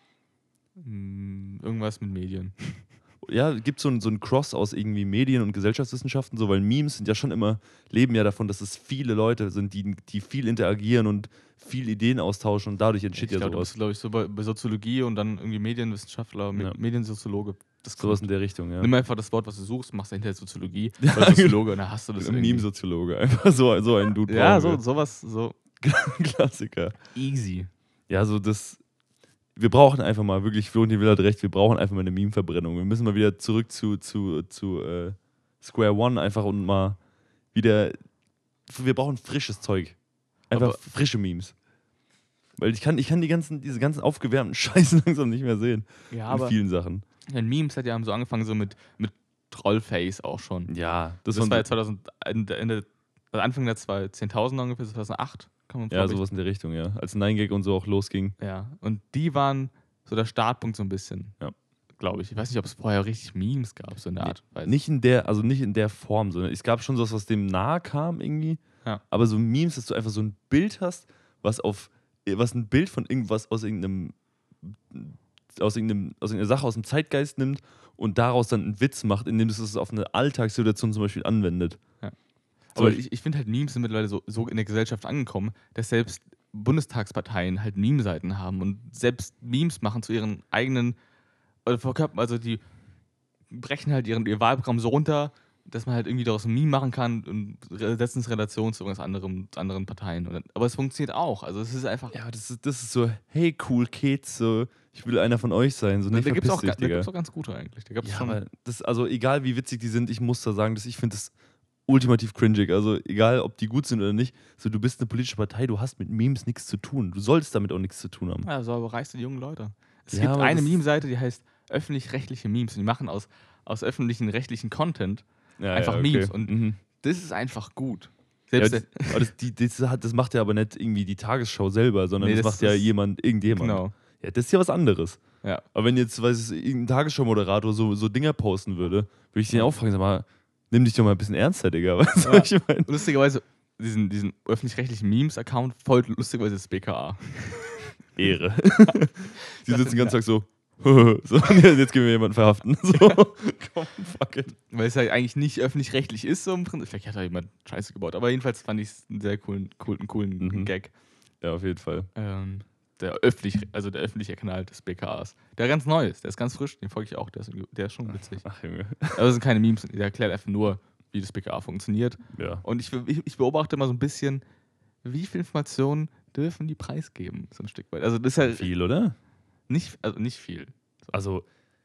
Hm, irgendwas mit Medien. Ja, gibt so ein, so ein Cross aus irgendwie Medien- und Gesellschaftswissenschaften, so, weil Memes sind ja schon immer, leben ja davon, dass es viele Leute sind, die, die viel interagieren und viel Ideen austauschen und dadurch entsteht Ich ja glaube, du sowas. bist, glaube ich, so bei, bei Soziologie und dann irgendwie Medienwissenschaftler, Me- Ja. Mediensoziologe. Das Sowas in der Richtung, ja. Nimm einfach das Wort, was du suchst, machst dahinter Soziologie oder Soziologe und dann hast du das Ein irgendwie. Meme-Soziologe, einfach so, so ein Dude. Ja, brauchen so, wir. sowas, so Klassiker. easy. Ja, so das. Wir brauchen einfach mal, wirklich, Florentin Will hat recht, wir brauchen einfach mal eine Meme-Verbrennung. Wir müssen mal wieder zurück zu, zu, zu äh, Square One einfach und mal wieder. Wir brauchen frisches Zeug. Einfach Aber- frische Memes. Weil ich kann, ich kann die ganzen, diese ganzen aufgewärmten Scheiße langsam nicht mehr sehen. Ja, In aber vielen Sachen. ja, Memes hat ja haben so angefangen so mit, mit Trollface auch schon. Ja, das, Das, waren war so- ja zweitausend, Ende, Ende, also Anfang der zehntausender ungefähr, zweitausendacht, kann man ja, glaub ich- sowas in der Richtung, ja. Als Nine Gag und so auch losging. Ja, und die waren so der Startpunkt so ein bisschen. Ja. glaube ich. Ich weiß nicht, ob es vorher richtig Memes gab, so eine Art. Nee, nicht in der, also nicht in der Form, sondern es gab schon sowas, was dem nahe kam irgendwie. Ja. Aber so Memes, dass du einfach so ein Bild hast, was auf, was ein Bild von irgendwas aus irgendeinem, aus irgendeinem, aus irgendeiner Sache aus dem Zeitgeist nimmt und daraus dann einen Witz macht, indem es es auf eine Alltagssituation zum Beispiel anwendet. Ja. Zum Aber Beispiel- ich, ich finde halt, Memes sind mittlerweile so, so in der Gesellschaft angekommen, dass selbst Bundestagsparteien halt Meme-Seiten haben und selbst Memes machen zu ihren eigenen, oder verkörpern, also die brechen halt ihren, ihr Wahlprogramm so runter, dass man halt irgendwie daraus ein Meme machen kann und setzen es in Relation zu irgendwas anderem, zu anderen Parteien. Und, aber es funktioniert auch. Also es ist einfach. Ja, das ist, das ist so, hey cool Kids, so, ich will einer von euch sein. So, da nee, da gibt es verpiss auch, dich, ga- da Digga. gibt's auch ganz gute eigentlich. Da gibt's Ja, schon, aber das, also egal wie witzig die sind, ich muss da sagen, dass ich finde das ultimativ cringig. Also egal, ob die gut sind oder nicht, so du bist eine politische Partei, du hast mit Memes nichts zu tun. Du solltest damit auch nichts zu tun haben. ja, so aber reichst du die jungen Leute. Es Ja, gibt aber eine das- Meme-Seite, die heißt öffentlich-rechtliche Memes. Und die machen aus, aus öffentlichen, rechtlichen Content Ja, einfach ja, okay. Memes. Und Mhm. das ist einfach gut. Ja, Selbst das, aber das, die, das, hat, das macht ja aber nicht irgendwie die Tagesschau selber, sondern Nee, das, das macht ja ist- jemand, irgendjemand. genau. Ja, das ist ja was anderes. Ja. Aber wenn jetzt, weiß ich, irgendein Tagesschau-Moderator so, so Dinger posten würde, würde ich den auch fragen, sag mal, nimm dich doch mal ein bisschen ernster, Digga. Weißt du, Ja. was ich meine? Lustigerweise, diesen, diesen öffentlich-rechtlichen Memes-Account folgt lustigerweise das B K A. Ehre. Die Das sitzen den sind- ganzen Tag so, so, und jetzt gehen wir jemanden verhaften. So, komm, fuck it. Weil es ja eigentlich nicht öffentlich-rechtlich ist, so im Prinzip. Vielleicht hat da jemand Scheiße gebaut. Aber jedenfalls fand ich es einen sehr coolen, coolen, coolen Mhm. Gag. Ja, auf jeden Fall. Ähm, der, öffentlich, also der öffentliche Kanal des B K As. Der ganz neu ist, der ist ganz frisch, den folge ich auch, der ist, der ist schon witzig. Ach, Junge. Aber es sind keine Memes, der erklärt einfach nur, wie das B K A funktioniert. Ja. Und ich, ich, ich beobachte immer so ein bisschen, wie viel Informationen dürfen die preisgeben, so ein Stück weit. Also das ist ja Viel, oder? nicht, also nicht viel. Also,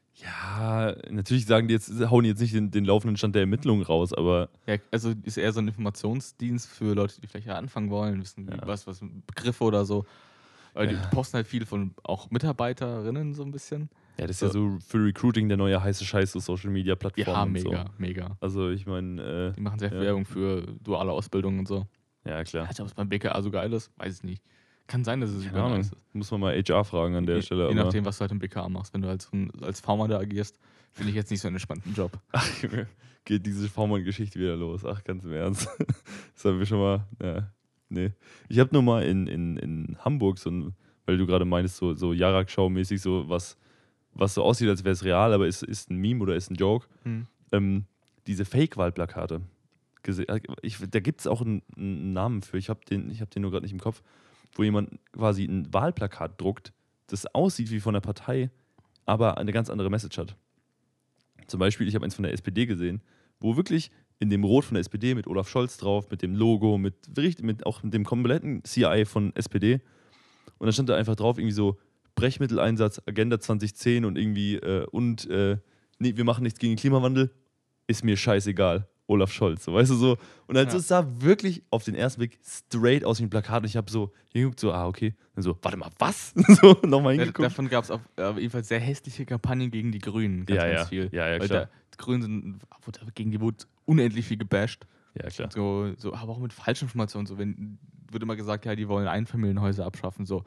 ja, natürlich sagen die jetzt, hauen die jetzt nicht den, den laufenden Stand der Ermittlungen raus, aber Ja, also ist eher so ein Informationsdienst für Leute, die vielleicht ja anfangen wollen, wissen, wie, Ja. was, was Begriffe oder so. Weil die Ja. posten halt viel von auch Mitarbeiterinnen so ein bisschen. ja, das ist ja so für Recruiting der neue heiße Scheiß, so Social Media Plattformen. Ja, und mega, So. mega. Also, ich meine, Die machen sehr viel Ja. Werbung für duale Ausbildung und so. äh, ja, klar. Also, ob es beim B K A so geil ist, weiß ich nicht. Kann sein, dass es Keine über Ahnung. nice ist. Muss man mal H R fragen an der je, Stelle. Je aber- nachdem, was du halt im B K A machst. Wenn du als, als V-Mann da agierst, finde ich jetzt nicht so einen entspannten Job. Ach, Junge, geht diese V-Mann-Geschichte wieder los. Ach, ganz im Ernst. Das haben wir schon mal. Ja, nee. Ich habe nur mal in, in, in Hamburg so ein, weil du gerade meinst, so, so Jarak-Schau-mäßig, so was, was so aussieht, als wäre es real, aber ist, ist ein Meme oder ist ein Joke. Hm. Ähm, diese Fake-Wahlplakate. Gese- Ich, da gibt es auch einen, einen Namen für. Ich habe den, ich hab den nur gerade nicht im Kopf. Wo jemand quasi ein Wahlplakat druckt, das aussieht wie von der Partei, aber eine ganz andere Message hat. Zum Beispiel, ich habe eins von der S P D gesehen, wo wirklich in dem Rot von der S P D mit Olaf Scholz drauf, mit dem Logo, mit, richtig- mit auch mit dem kompletten C I von S P D. Und dann stand da einfach drauf, irgendwie so Brechmitteleinsatz, Agenda zwanzig zehn und irgendwie, äh, und äh, nee, wir machen nichts gegen den Klimawandel, ist mir scheißegal. Olaf Scholz, so, weißt du so. Und halt Ja. so, es sah wirklich auf den ersten Blick straight aus wie ein Plakat. Und ich habe so hingeguckt, so, ah, okay. Dann so, warte mal, was? so, nochmal Ja, hingeguckt. davon gab es auch äh, jedenfalls sehr hässliche Kampagnen gegen die Grünen. Ganz, Ja, ganz ja. viel. Ja, ja, Weil klar. da, die Grünen sind, wurde, gegen die wurde unendlich viel gebasht. Ja, klar. So, so, aber auch mit Falschinformationen. So, wenn, wird immer gesagt, ja, die wollen Einfamilienhäuser abschaffen. So,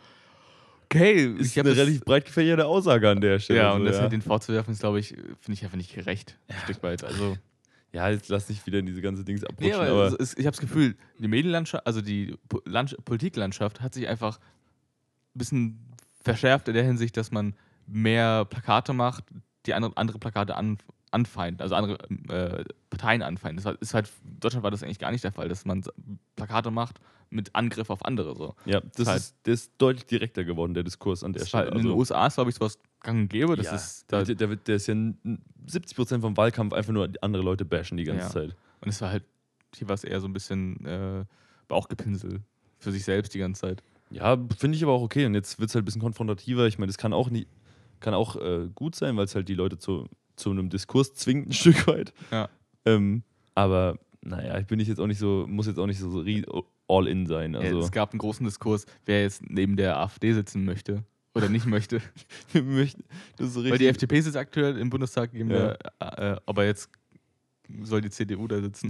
okay, Ist ich hab eine das- relativ breit gefächerte Aussage an der Stelle. Ja, so, und das ja. halt den vorzuwerfen, ist, glaube ich, finde ich einfach nicht gerecht. Ein Stück weit. Also, ja, jetzt lass nicht wieder in diese ganze Dings abrutschen. nee, aber aber es ist, ich habe das Gefühl, die Medienlandschaft, also die Po- Landsch- Politiklandschaft hat sich einfach ein bisschen verschärft in der Hinsicht, dass man mehr Plakate macht, die andere, andere Plakate an, anfeinden, also andere äh, Parteien anfeinden. Das war, ist halt, in Deutschland war das eigentlich gar nicht der Fall, dass man Plakate macht mit Angriff auf andere. So. ja, das halt- ist, der ist deutlich direkter geworden, der Diskurs an der Das war, Stelle. in den U S A ist, glaube ich, sowas gang und gäbe. Das ja, ist da, der, der, wird- der ist ja n- siebzig Prozent vom Wahlkampf einfach nur andere Leute bashen die ganze Ja. Zeit. und es war halt, hier war es eher so ein bisschen äh, Bauchgepinsel für sich selbst die ganze Zeit. Ja, finde ich aber auch okay. Und jetzt wird es halt ein bisschen konfrontativer. Ich meine, das kann auch nie, kann auch äh, gut sein, weil es halt die Leute zu, zu einem Diskurs zwingt, ein Stück weit. Ja. Ähm, aber naja, ich bin ich jetzt auch nicht so, muss jetzt auch nicht so, so ri- all in sein. Also Ja, es gab einen großen Diskurs, wer jetzt neben der AfD sitzen möchte oder nicht möchte. wir möchten, das ist so Weil richtig. die F D P sitzt aktuell im Bundestag, gegen Ja. der, äh, aber jetzt soll die C D U da sitzen.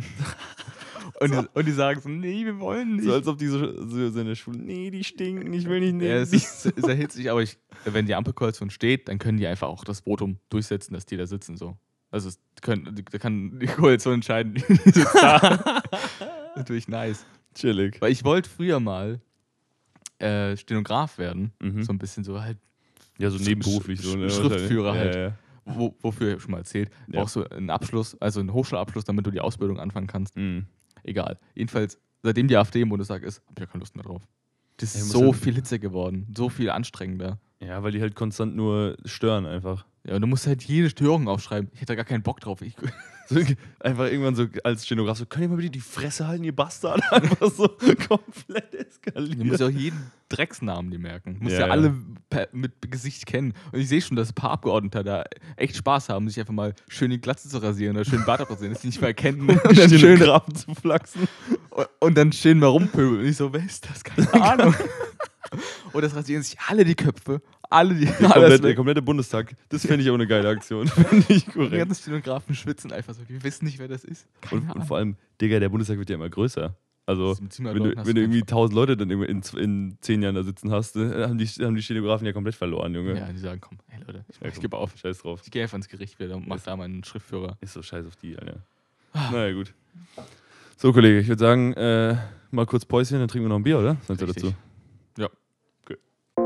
und, die, und die sagen so, nee, wir wollen nicht. so als ob die so, so, so in der Schule, nee, die stinken, ich will nicht nehmen. ja, es ist sehr hitzig, aber ich wenn die Ampelkoalition steht, dann können die einfach auch das Votum durchsetzen, dass die da sitzen so. Also es können, da kann die Koalition entscheiden, die sitzt da. Natürlich nice. Chillig. Weil ich wollte früher mal äh, Stenograf werden. Mhm. So ein bisschen so halt Ja, so nebenberuflich. So, ne? Schriftführer Ja, halt. ja, ja. Wo, wofür ich schon mal erzählt. Ja. Brauchst du einen Abschluss, also einen Hochschulabschluss, damit du die Ausbildung anfangen kannst. Mhm. Egal. Jedenfalls, seitdem die AfD im Bundestag ist, hab ich ja keine Lust mehr drauf. Das Ja, ist muss so halt- viel Hitze geworden. So viel anstrengender. Ja, weil die halt konstant nur stören einfach. Ja, und du musst halt jede Störung aufschreiben. Ich hätte da gar keinen Bock drauf. Ich, So, einfach irgendwann so als Stenograf so, könnt ihr mal bitte die Fresse halten, ihr Bastard? Einfach so komplett eskaliert. du musst ja auch jeden Drecksnamen dir merken. Du musst Ja, ja, ja. alle per, mit Gesicht kennen. Und ich sehe schon, dass ein paar Abgeordnete da echt Spaß haben, sich einfach mal schön die Glatze zu rasieren oder schön den Bart abrasieren, dass die nicht mehr erkennen. Und dann, schön, Stenografen zu flachsen. und dann schön mal rumpöbeln. Und ich so, wer ist das? Keine Ahnung. Und das rasieren sich alle die Köpfe. Alle die Der alles komplette, der weg. komplette Bundestag. Das fände ich auch eine geile Aktion. Finde ich Die korrekt. ganzen Stenografen schwitzen einfach so. Wir wissen nicht, wer das ist. Keine Und, und Ahnung. vor allem, Digga, der Bundestag wird ja immer größer. Also, Das ist mit ziemlich wenn du, Leuten hast wenn du du irgendwie keinen tausend Leute dann in, in zehn Jahren da sitzen hast, ne, haben die, haben die Stenografen ja komplett verloren, Junge. Ja, die sagen, komm, hey Leute, ich, Ja, ich komm, gebe auf. Scheiß drauf. Ich gehe einfach ins Gericht wieder und mach da meinen Schriftführer. Ist so scheiß auf die, Alter. Naja, gut. So, Kollege, ich würde sagen, äh, mal kurz Päuschen, dann trinken wir noch ein Bier, oder? Was sagst du Richtig. dazu? Ja. Okay.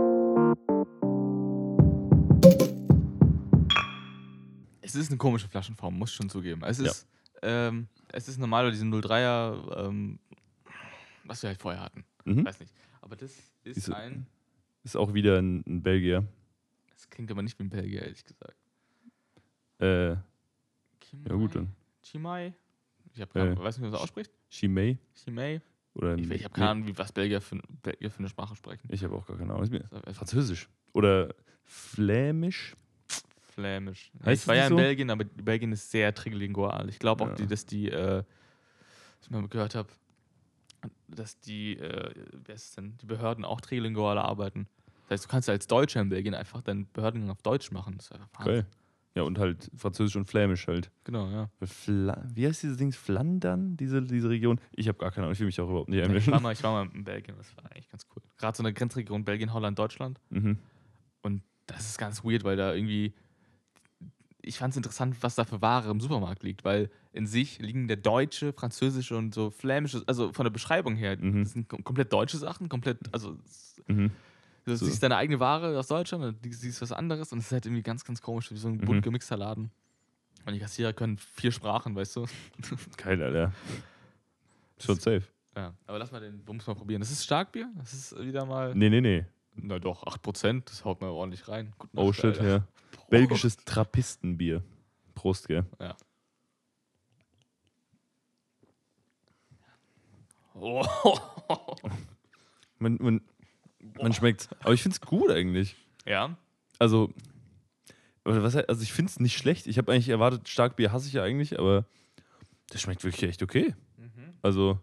Es ist eine komische Flaschenform, muss ich schon zugeben. Es ist, ähm, es ist normal bei diesem null dreier, ähm, was wir halt vorher hatten. Mhm. Weiß nicht. Aber das ist Ist so- ein. Ist auch wieder ein, ein Belgier. Das klingt aber nicht wie ein Belgier, ehrlich gesagt. Äh, Chimay? ja gut, dann. Chimay? Ich habe keine Äh, Ahnung, weiß nicht, wie man das ausspricht. Chimay? Chimay? Oder Ich, ich habe keine Ahnung, wie, was Belgier für, Belgier für eine Sprache sprechen. Ich habe auch gar keine Ahnung. Ist mir- Das ist Französisch. Oder Flämisch? Flämisch. Ja, Heißt ich war es ja in so? Belgien, aber Belgien ist sehr trilingual. Ich glaube auch, Ja. die, dass die, äh, was ich mal gehört habe, dass die, äh, wer ist es denn, die Behörden auch trilingual arbeiten. Das heißt, du kannst als Deutscher in Belgien einfach deinen Behörden auf Deutsch machen. Das ist einfach Wahnsinn. Geil. Ja, und halt Französisch und Flämisch halt. Genau, ja. Fla Wie heißt dieses Ding? Flandern, diese, diese Region? Ich habe gar keine Ahnung, ich will mich auch überhaupt nicht Ich war, einmischen. mal, ich war mal in Belgien, das war eigentlich ganz cool. Gerade so eine Grenzregion Belgien, Holland, Deutschland. Mhm. Und das ist ganz weird, weil da irgendwie, ich fand es interessant, was da für Ware im Supermarkt liegt, weil in sich liegen der deutsche, französische und so flämische, also von der Beschreibung her, Mhm. das sind kom komplett deutsche Sachen, komplett, also Mhm. du So. siehst deine eigene Ware aus Deutschland und du siehst was anderes und es ist halt irgendwie ganz, ganz komisch, wie so ein Mhm. bunt gemixter Laden. Und die Kassierer können vier Sprachen, weißt du? Geil, Alter. Schon safe. Ja, aber lass mal den Bums mal probieren. Das ist Starkbier, das ist wieder mal, Nee, nee, nee. na doch, acht Prozent, das haut mal ordentlich rein. Gute Oh Nacht, shit, Alter. ja. Belgisches Trappistenbier. Prost, gell? Ja. Oh. Man, man, man schmeckt's. Aber ich find's gut eigentlich. Ja. Also, aber was, also ich find's nicht schlecht. Ich habe eigentlich erwartet, Starkbier hasse ich ja eigentlich, aber das schmeckt wirklich echt okay. Mhm. Also,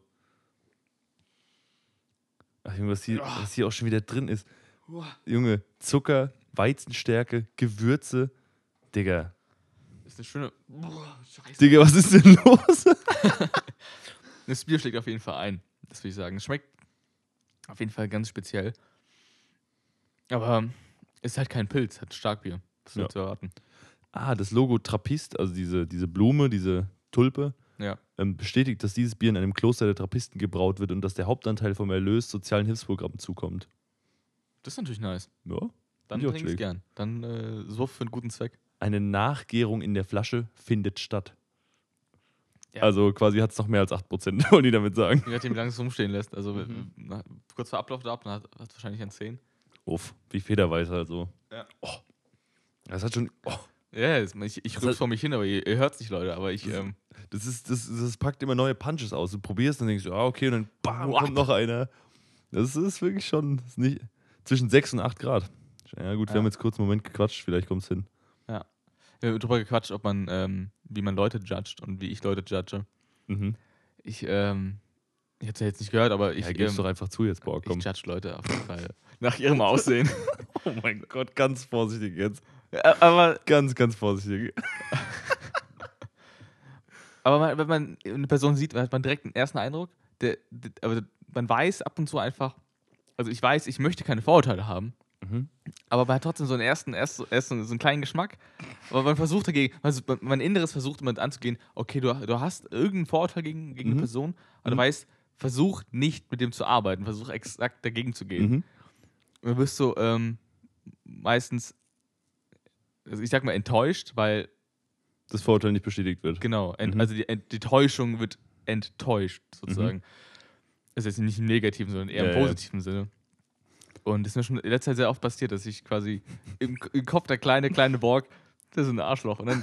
ach Junge, was hier, was hier auch schon wieder drin ist. Junge, Zucker, Weizenstärke, Gewürze. Digga. Ist eine schöne. Boah, Scheiße. Digga, was ist denn los? Das Bier schlägt auf jeden Fall ein. Das will ich sagen. Es schmeckt auf jeden Fall ganz speziell. Aber es ist halt kein Pilz, hat Starkbier. Das ist Ja. nur zu erwarten. Ah, das Logo Trappist, also diese, diese Blume, diese Tulpe, Ja. ähm, bestätigt, dass dieses Bier in einem Kloster der Trappisten gebraut wird und dass der Hauptanteil vom Erlös sozialen Hilfsprogrammen zukommt. Das ist natürlich nice. Ja. Dann Find ich auch trinke ich chillig. gern. Dann äh, so für einen guten Zweck. Eine Nachgärung in der Flasche findet statt. Ja. Also quasi hat es noch mehr als acht Prozent, wollen die damit sagen. Je nachdem, wie lange es rumstehen lässt. Also Mhm. na, kurz vor Ablauf da ab, dann hat es wahrscheinlich ein zehn. Uff, wie Federweiß halt so. Ja. Oh. Das hat schon. Oh. Ja, das, ich, ich Das rück's hat- vor mich hin, aber ihr, ihr hört es nicht, Leute. Aber ich, ähm, Das, ist, das, das packt immer neue Punches aus. Du probierst und denkst, ah, okay, und dann bam, Wow. kommt noch einer. Das ist wirklich schon das ist nicht, zwischen sechs und acht Grad. Ja, gut, wir Ja. haben jetzt kurz einen Moment gequatscht, vielleicht kommt es hin. wir haben drüber gequatscht, ob man, ähm, wie man Leute judgt und wie ich Leute judge. Mhm. Ich, ähm, ich hab's ja jetzt nicht gehört, aber ich, Ja, gib's ähm, doch einfach zu jetzt, boah, komm. ich judge Leute auf jeden Fall nach ihrem Aussehen. Oh mein Gott, ganz vorsichtig jetzt. Ja, aber Ganz, ganz vorsichtig. aber man, wenn man eine Person sieht, hat man direkt einen ersten Eindruck. Der, der, aber man weiß ab und zu einfach, also ich weiß, ich möchte keine Vorurteile haben, Mhm. Aber man hat trotzdem so einen ersten, erst, erst so einen kleinen Geschmack. Aber man versucht dagegen, also mein Inneres versucht immer anzugehen, okay, du, du hast irgendeinen Vorurteil gegen, gegen Mhm. eine Person, aber Mhm. du weißt, versuch nicht mit dem zu arbeiten, versuch exakt dagegen zu gehen. Mhm. Und du wirst so ähm, meistens, also ich sag mal, enttäuscht, weil, Das Vorurteil nicht bestätigt wird. genau, ent, Mhm. also die, ent, die Täuschung wird enttäuscht, sozusagen. Mhm. Das ist jetzt nicht im negativen, sondern eher im Ja, ja. positiven Sinne. Und das ist mir schon in letzter Zeit sehr oft passiert, dass ich quasi im, im Kopf der kleine, kleine Borg, das ist ein Arschloch. Und dann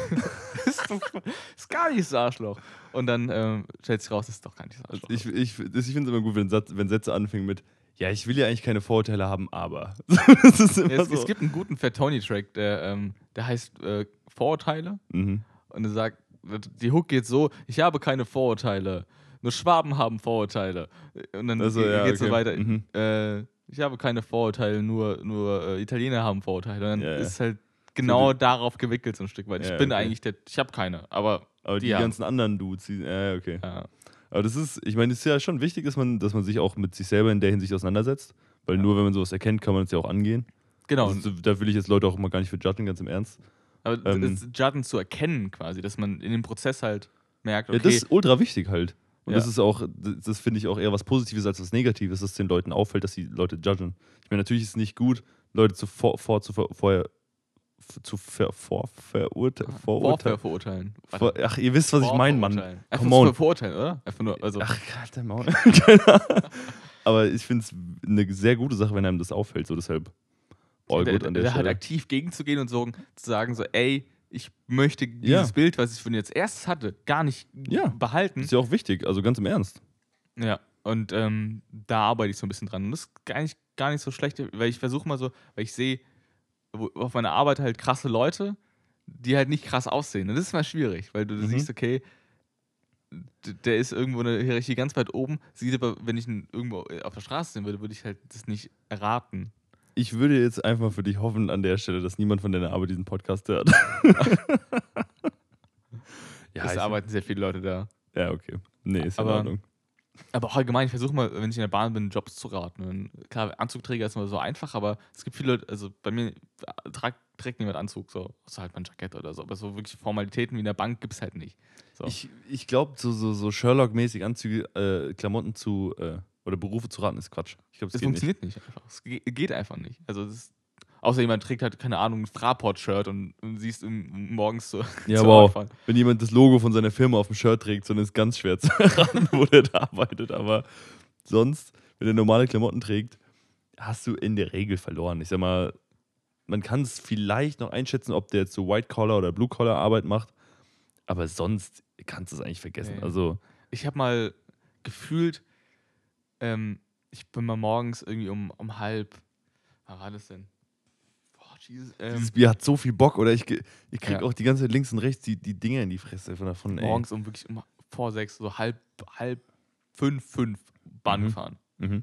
das ist, doch, das ist gar nicht das Arschloch. Und dann ähm, stellt sich raus, das ist doch gar nicht das Arschloch. Ich, ich, das- ich finde es immer gut, wenn, Satz, wenn Sätze anfangen mit, ja, ich will ja eigentlich keine Vorurteile haben, aber. Das ist immer Ja, es, so. es gibt einen guten Fat Tony-Track, der, ähm, der heißt äh, Vorurteile. Mhm. Und er sagt, die Hook geht so, ich habe keine Vorurteile. Nur Schwaben haben Vorurteile. Und dann Also, ge- ja, geht's so okay. weiter. Mhm. Äh, ich habe keine Vorurteile, nur, nur äh, Italiener haben Vorurteile. Und dann Ja, ja. ist halt genau So, die- darauf gewickelt so ein Stück weit. Ich Ja, bin okay. eigentlich der, ich habe keine, aber Aber die, die haben. ganzen anderen Dudes, die, ja, okay. Ja. Aber das ist, ich meine, es ist ja schon wichtig, dass man, dass man sich auch mit sich selber in der Hinsicht auseinandersetzt. Weil Ja. nur wenn man sowas erkennt, kann man es ja auch angehen. Genau. Also, da will ich jetzt Leute auch immer gar nicht für judgen, ganz im Ernst. Aber ähm, das Judgen zu erkennen quasi, dass man in dem Prozess halt merkt, Ja, okay, das ist ultra wichtig halt. Und Ja. das ist auch, das, das finde ich auch eher was Positives als was Negatives, dass den Leuten auffällt, dass die Leute judgen. Ich meine, natürlich ist es nicht gut, Leute zu vor, vor zu ver, vorher f- zu ver, vor, verurte, Vorurteile vorurteilen. verurteilen. Vor, ach, ihr wisst, was ich meine, Mann. Vorverurteilen. Einfach Come zu on. verurteilen, oder? Einfach nur, also, Ach, Gott, der Maul. Keine Ahnung. Aber ich finde es eine sehr gute Sache, wenn einem das auffällt. So deshalb all da, good an der da halt Stelle. aktiv gegenzugehen und so, zu sagen so, ey, ich möchte dieses Ja. Bild, was ich von jetzt erstes hatte, gar nicht Ja. behalten. Ist ja auch wichtig, also ganz im Ernst. Ja, und ähm, da arbeite ich so ein bisschen dran. Und das ist gar nicht, gar nicht so schlecht, weil ich versuche mal so, weil ich sehe wo- auf meiner Arbeit halt krasse Leute, die halt nicht krass aussehen. Und das ist mal schwierig, weil du Mhm. siehst, okay, d- der ist irgendwo in der Hierarchie ganz weit oben, sieht aber, wenn ich ihn irgendwo auf der Straße sehen würde, würde ich halt das nicht erraten. Ich würde jetzt einfach für dich hoffen an der Stelle, dass niemand von deiner Arbeit diesen Podcast hört. ja, es ich, arbeiten sehr viele Leute da. ja, okay. Nee, ist in Aber- Ordnung. Aber auch allgemein, ich versuche mal, wenn ich in der Bahn bin, Jobs zu raten. Und klar, Anzugträger ist immer so einfach, aber es gibt viele Leute, also bei mir tragt, trägt niemand Anzug, so, außer halt mein Jackett oder so. Aber so wirklich Formalitäten wie in der Bank gibt es halt nicht. So. Ich, ich glaube, so, so, so Sherlock-mäßig Anzüge, äh, Klamotten zu, äh, oder Berufe zu raten, ist Quatsch. Ich glaube, Es das geht nicht. funktioniert nicht. einfach. Es ge- geht einfach nicht. Also das ist, außer jemand trägt halt, keine Ahnung, ein Fraport-Shirt und, und siehst ihn morgens so Ja, zur wow. Arbeit fahren. Wenn jemand das Logo von seiner Firma auf dem Shirt trägt, dann ist es ganz schwer zu erraten, wo der da arbeitet. Aber sonst, wenn er normale Klamotten trägt, hast du in der Regel verloren. Ich sag mal, man kann es vielleicht noch einschätzen, ob der jetzt so White-Collar- oder Blue-Collar-Arbeit macht. Aber sonst kannst du es eigentlich vergessen. Nee. Also, Ich habe mal gefühlt, ähm, ich bin mal morgens irgendwie um, um halb, was war das denn? Boah, Jesus, ähm, dieses Bier hat so viel Bock, oder? Ich, ge- ich krieg Ja. auch die ganze Zeit links und rechts die, die Dinger in die Fresse von davon. morgens um wirklich um vor sechs, so halb, halb fünf, fünf Bahn Mhm. gefahren. Mhm.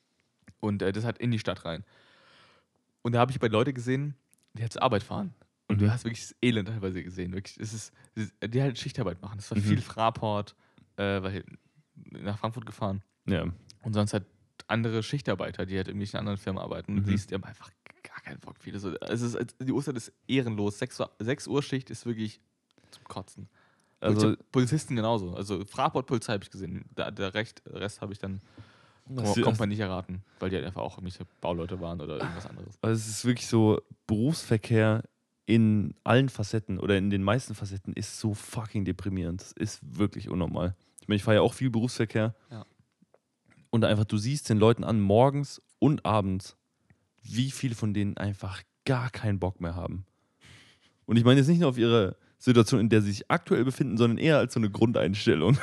Und äh, das hat in die Stadt rein. Und da habe ich bei Leute gesehen, die halt zur Arbeit fahren. Und Mhm. du hast wirklich das Elend teilweise gesehen. Wirklich, es ist, es ist, die halt Schichtarbeit machen. Das war Mhm. viel Fraport, äh, weil nach Frankfurt gefahren. Ja. Und sonst halt andere Schichtarbeiter, die halt in irgendwelchen anderen Firmen arbeiten. Und Mhm. du siehst, die haben einfach gar keinen Bock. Viele so, es ist, die Uhrzeit ist ehrenlos. sechs Uhr Schicht ist wirklich zum Kotzen. Also, Also, Polizisten genauso. Also Fraport-Polizei habe ich gesehen. Der, der Recht, Rest habe ich dann, das- kommt man nicht erraten, weil die halt einfach auch irgendwelche Bauleute waren oder irgendwas anderes. also es ist wirklich so, Berufsverkehr in allen Facetten oder in den meisten Facetten ist so fucking deprimierend. Das ist wirklich unnormal. Ich meine, ich fahre ja auch viel Berufsverkehr. Ja. Und einfach, du siehst den Leuten an, morgens und abends, wie viele von denen einfach gar keinen Bock mehr haben. Und ich meine jetzt nicht nur auf ihre Situation, in der sie sich aktuell befinden, sondern eher als so eine Grundeinstellung.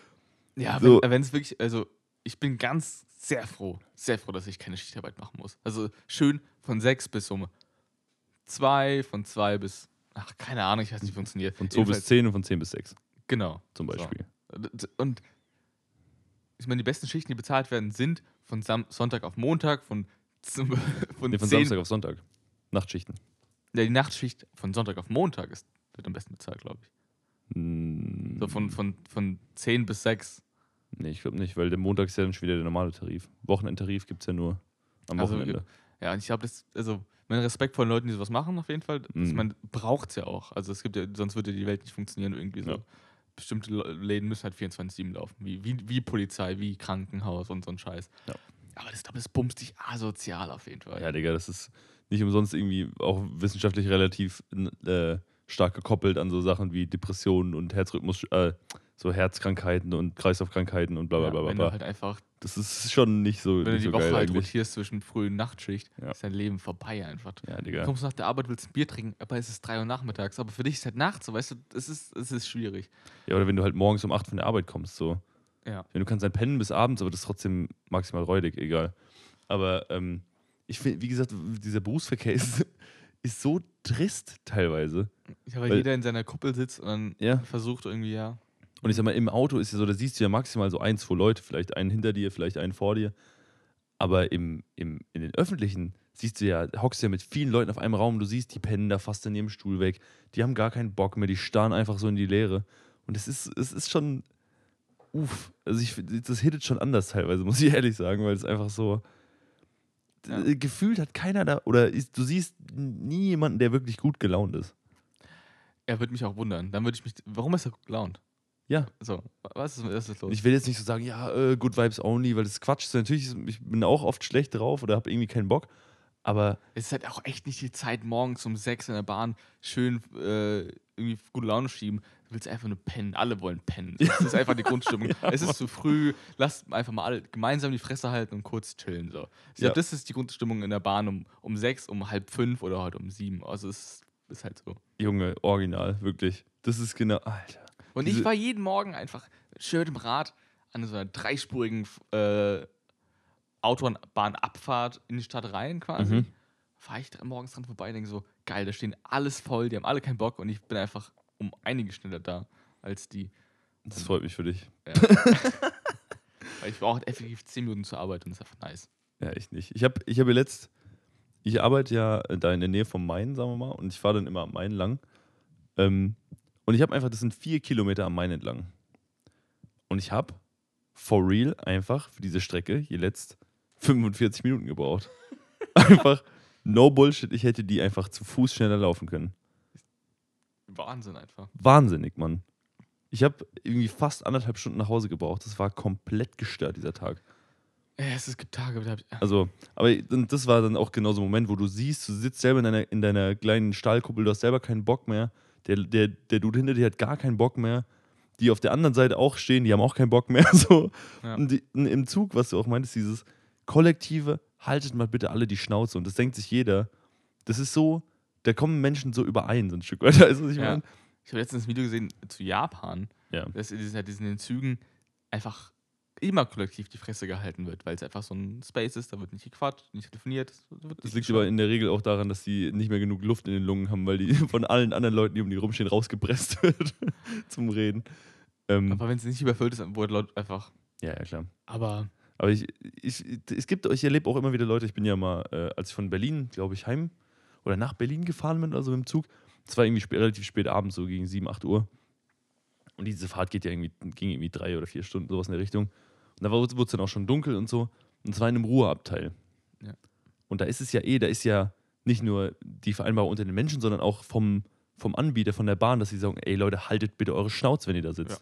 Ja, So. wenn es wirklich, also ich bin ganz sehr froh, sehr froh, dass ich keine Schichtarbeit machen muss. Also schön von sechs bis um zwei, von zwei bis, ach, keine Ahnung, ich weiß nicht, wie funktioniert. Von zwei bis Jedenfalls- zehn und von zehn bis sechs Genau. zum Beispiel. So. Und ich meine, die besten Schichten, die bezahlt werden, sind von Sam Sonntag auf Montag, von, zum, von, Nee, von zehn, Samstag auf Sonntag. Nachtschichten. Ja, die Nachtschicht von Sonntag auf Montag ist, wird am besten bezahlt, glaube ich. Mm, So von, von, von zehn bis sechs. Nee, ich glaube nicht, weil der Montag ist ja dann schon wieder der normale Tarif. Wochenendtarif gibt es ja nur am Also, Wochenende. Ja, und ich glaube, das, also, mein Respekt vor den Leuten, die sowas machen, auf jeden Fall. Mhm. Man braucht es ja auch. Also, es gibt ja, sonst würde die Welt nicht funktionieren, irgendwie so. Ja. Bestimmte Le- Läden müssen halt vierundzwanzig sieben laufen, wie, wie, wie Polizei, wie Krankenhaus und so ein Scheiß. Ja. Aber das, das bumst dich asozial auf jeden Fall. Ja, Digga, das ist nicht umsonst irgendwie auch wissenschaftlich relativ äh, stark gekoppelt an so Sachen wie Depressionen und Herzrhythmus, äh, so Herzkrankheiten und Kreislaufkrankheiten und bla bla Ja, bla bla. wenn bla. du halt einfach, Das ist schon nicht so, wenn du nicht die so Woche geil halt eigentlich. rotierst zwischen Früh- und Nachtschicht, Ja. ist dein Leben vorbei einfach. Ja, Du Digga. kommst nach der Arbeit, willst ein Bier trinken, aber es ist drei Uhr nachmittags. Aber für dich ist halt nachts, so, weißt du, es ist, es ist schwierig. Ja, oder wenn du halt morgens um acht von der Arbeit kommst, so. Ja. Wenn du kannst dann pennen bis abends, aber das ist trotzdem maximal räudig, egal. Aber ähm, ich finde, wie gesagt, dieser Berufsverkehr ist, ist so trist teilweise. Ja, weil, Weil- jeder in seiner Kuppel sitzt und dann Ja. versucht irgendwie, ja. Und ich sag mal, im Auto ist ja so, da siehst du ja maximal so ein, zwei Leute, vielleicht einen hinter dir, vielleicht einen vor dir. Aber im, im, in den öffentlichen siehst du ja, hockst ja mit vielen Leuten auf einem Raum, du siehst, die pennen da fast in ihrem Stuhl weg, die haben gar keinen Bock mehr, die starren einfach so in die Leere. Und es ist, es ist schon, uff, also ich, das hittet schon anders teilweise, muss ich ehrlich sagen, weil es einfach so, Ja. äh, gefühlt hat keiner da, oder ist, du siehst nie jemanden, der wirklich gut gelaunt ist. Er würde mich auch wundern. Dann würde ich mich. Warum ist er gut gelaunt? Ja. So, was ist, was ist los? Ich will jetzt nicht so sagen, ja, äh, good vibes only, weil das ist Quatsch ist. Natürlich, ich bin auch oft schlecht drauf oder habe irgendwie keinen Bock, aber Es ist halt auch echt nicht die Zeit, morgens um sechs in der Bahn schön äh, irgendwie gute Laune schieben. Du willst einfach nur pennen. Alle wollen pennen. Das ist einfach die Grundstimmung. Ja, es ist zu früh. Lasst einfach mal alle gemeinsam die Fresse halten und kurz chillen. So. Ich Ja. glaube, das ist die Grundstimmung in der Bahn um, um sechs, um halb fünf oder heute um sieben. Also es ist halt so. Junge, original, wirklich. Das ist genau, Alter. Und Diese- ich war jeden Morgen einfach schön im Rad an so einer dreispurigen äh, Autobahnabfahrt in die Stadt rein quasi. Mhm. Fahre ich dran- morgens dran vorbei und denke so, geil, da stehen alles voll, die haben alle keinen Bock und ich bin einfach um einige schneller da als die. Das freut mich für dich. Ja. Weil ich brauche effektiv zehn Minuten zur Arbeit und das ist einfach nice. Ja, echt nicht. Ich habe ich hab ja letzt, ich arbeite ja da in der Nähe vom Main, sagen wir mal, und ich fahre dann immer am Main lang. Ähm, und ich habe einfach, das sind vier Kilometer am Main entlang. Und ich habe for real einfach für diese Strecke hier letzt fünfundvierzig Minuten gebraucht. Einfach, no Bullshit, ich hätte die einfach zu Fuß schneller laufen können. Wahnsinn einfach. Wahnsinnig, Mann. Ich habe irgendwie fast anderthalb Stunden nach Hause gebraucht. Das war komplett gestört, dieser Tag. Ja, es gibt Tage, da hab ich, Also, aber und das war dann auch genau so ein Moment, wo du siehst, du sitzt selber in deiner, in deiner kleinen Stahlkuppel, du hast selber keinen Bock mehr. Der, der, der Dude hinter dir hat gar keinen Bock mehr. Die auf der anderen Seite auch stehen, die haben auch keinen Bock mehr. So. Ja. Und, die, und im Zug, was du auch meintest, dieses kollektive, haltet mal bitte alle die Schnauze. Und das denkt sich jeder. Das ist so, da kommen Menschen so überein, so ein Stück weit. Weißt du, was ich Ja. meine? Ich habe letztens ein Video gesehen zu Japan, Ja. dass in diesen, diesen in den Zügen einfach immer kollektiv die Fresse gehalten wird, weil es einfach so ein Space ist, da wird nicht gequatscht, nicht telefoniert. es Wird Das nicht liegt geschrien. aber in der Regel auch daran, dass die nicht mehr genug Luft in den Lungen haben, weil die von allen anderen Leuten, die um die rumstehen, rausgepresst wird zum Reden. Ähm, Aber wenn es nicht überfüllt ist, dann wurde Leute einfach. ja, ja, klar. Aber Aber ich, ich, es gibt, ich erlebe auch immer wieder Leute, ich bin ja mal, äh, als ich von Berlin, glaube ich, heim oder nach Berlin gefahren bin, also mit dem Zug, es war irgendwie spä relativ spät abends, so gegen sieben, acht Uhr. Und diese Fahrt geht ja irgendwie, ging irgendwie drei oder vier Stunden, sowas in der Richtung. Und da wurde es dann auch schon dunkel und so. Und zwar in einem Ruheabteil. Ja. Und da ist es ja eh, da ist ja nicht nur die Vereinbarung unter den Menschen, sondern auch vom, vom Anbieter, von der Bahn, dass sie sagen, ey Leute, haltet bitte eure Schnauze, wenn ihr da sitzt.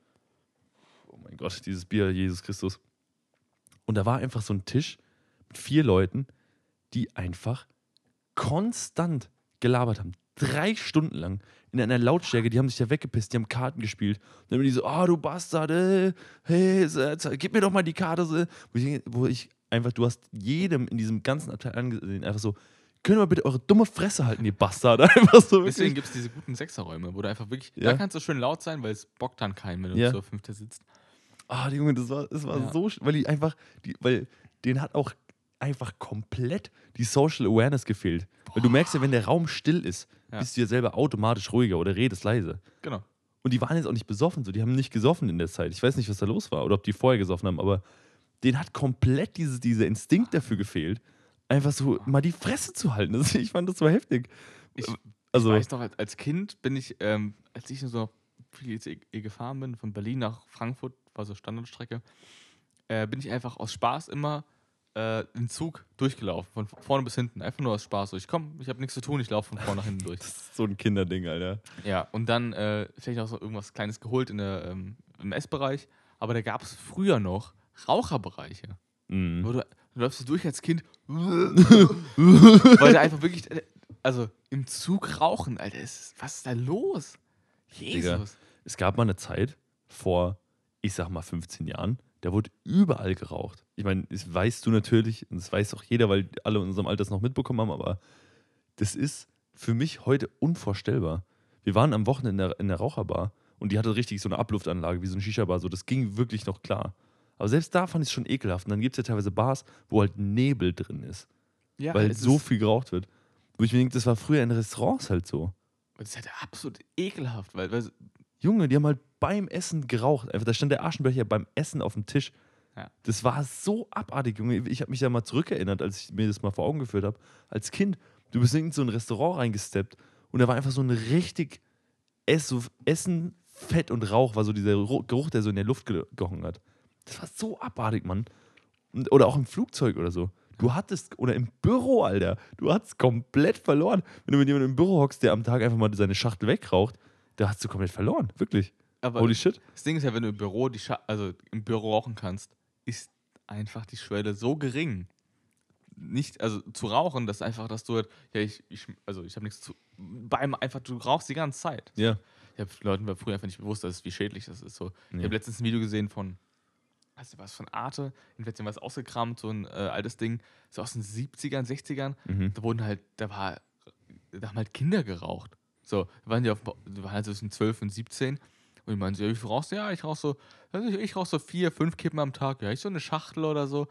Oh mein Gott, dieses Bier, Jesus Christus. Und da war einfach so ein Tisch mit vier Leuten, die einfach konstant gelabert haben. Drei Stunden lang in einer Lautstärke, die haben sich da weggepisst, die haben Karten gespielt. Und dann haben die so, ah, du Bastard, äh, hey, äh, gib mir doch mal die Karte. So. Wo, ich, wo ich einfach, du hast jedem in diesem ganzen Abteil angesehen, einfach so, könnt ihr mal bitte eure dumme Fresse halten, ihr Bastard. Einfach so wirklich. deswegen gibt es diese guten Sechserräume, wo du einfach wirklich. Ja. Da kannst du schön laut sein, weil es bockt dann keinen, wenn du Ja. zur Fünfte sitzt. Ah, die Junge, das war, das war Ja. so, sch- weil die einfach, die, weil denen hat auch einfach komplett die Social Awareness gefehlt. Weil du merkst ja, wenn der Raum still ist, Ja. bist du ja selber automatisch ruhiger oder redest leise. Genau. Und die waren jetzt auch nicht besoffen, so, die haben nicht gesoffen in der Zeit. Ich weiß nicht, was da los war oder ob die vorher gesoffen haben, aber denen hat komplett dieses, dieser Instinkt dafür gefehlt, einfach so mal die Fresse zu halten. Das, ich fand das so heftig. Ich, Also, ich weiß noch, als, als Kind bin ich, ähm, als ich so viel jetzt eh eh gefahren bin, von Berlin nach Frankfurt, war so Standardstrecke, äh, bin ich einfach aus Spaß immer äh, den Zug durchgelaufen, von vorne bis hinten. Einfach nur aus Spaß. So, ich komm, ich habe nichts zu tun, ich laufe von vorne nach hinten durch. Das ist so ein Kinderding, Alter. Ja, und dann äh, vielleicht auch so irgendwas Kleines geholt in der, ähm, im Essbereich. Aber da gab es früher noch Raucherbereiche. Mhm. Wo du, du läufst so durch als Kind, weil da einfach wirklich, äh, also im Zug rauchen, Alter, ist, was ist da los? Digga. Jesus. Es gab mal eine Zeit vor, ich sag mal, fünfzehn Jahren, da wurde überall geraucht. Ich meine, das weißt du natürlich, und das weiß auch jeder, weil alle in unserem Alter es noch mitbekommen haben, aber das ist für mich heute unvorstellbar. Wir waren am Wochenende in der, in der Raucherbar und die hatte richtig so eine Abluftanlage, wie so eine Shisha-Bar, so, das ging wirklich noch klar. Aber selbst da fand ich es schon ekelhaft. Und dann gibt es ja teilweise Bars, wo halt Nebel drin ist, Ja, weil es so ist, viel geraucht wird. Wo ich mir denke, das war früher in Restaurants halt so. das ist halt absolut ekelhaft, weil, weil Junge, die haben halt beim Essen geraucht. Einfach, da stand der Aschenbecher beim Essen auf dem Tisch. Ja. Das war so abartig, Junge. Ich habe mich ja mal zurückerinnert, als ich mir das mal vor Augen geführt habe. Als Kind, du bist in so ein Restaurant reingesteppt und da war einfach so ein richtig Ess, so Essen, Fett und Rauch, war so dieser Ro- Geruch, der so in der Luft ge gehangen hat. Das war so abartig, Mann. Und, oder auch im Flugzeug oder so. Du hattest, oder im Büro, Alter, du hattest komplett verloren. Wenn du mit jemandem im Büro hockst, der am Tag einfach mal seine Schachtel wegraucht, da hast du komplett verloren, wirklich. aber Holy shit. das Ding ist ja, wenn du im Büro die Scha also im Büro rauchen kannst, ist einfach die Schwelle so gering. Nicht, also zu rauchen, dass einfach, dass du halt, ja, ich, ich also ich habe nichts zu, beim einfach, du rauchst die ganze Zeit. Ja. Ich habe Leuten war früher einfach nicht bewusst, dass es, wie schädlich das ist. So. Nee. Ich habe letztens ein Video gesehen von, weißt du was, von Arte, jedenfalls was ausgekramt, so ein äh, altes Ding, so aus den siebzigern, sechzigern, Mhm. da wurden halt, da war, da haben halt Kinder geraucht. So, da waren die auf, die waren halt zwischen zwölf und siebzehn und die meinen so, ja, wie viel rauchst du? Ja, ich rauche so, also ich, ich rauche so vier, fünf Kippen am Tag, ja, ich so eine Schachtel oder so.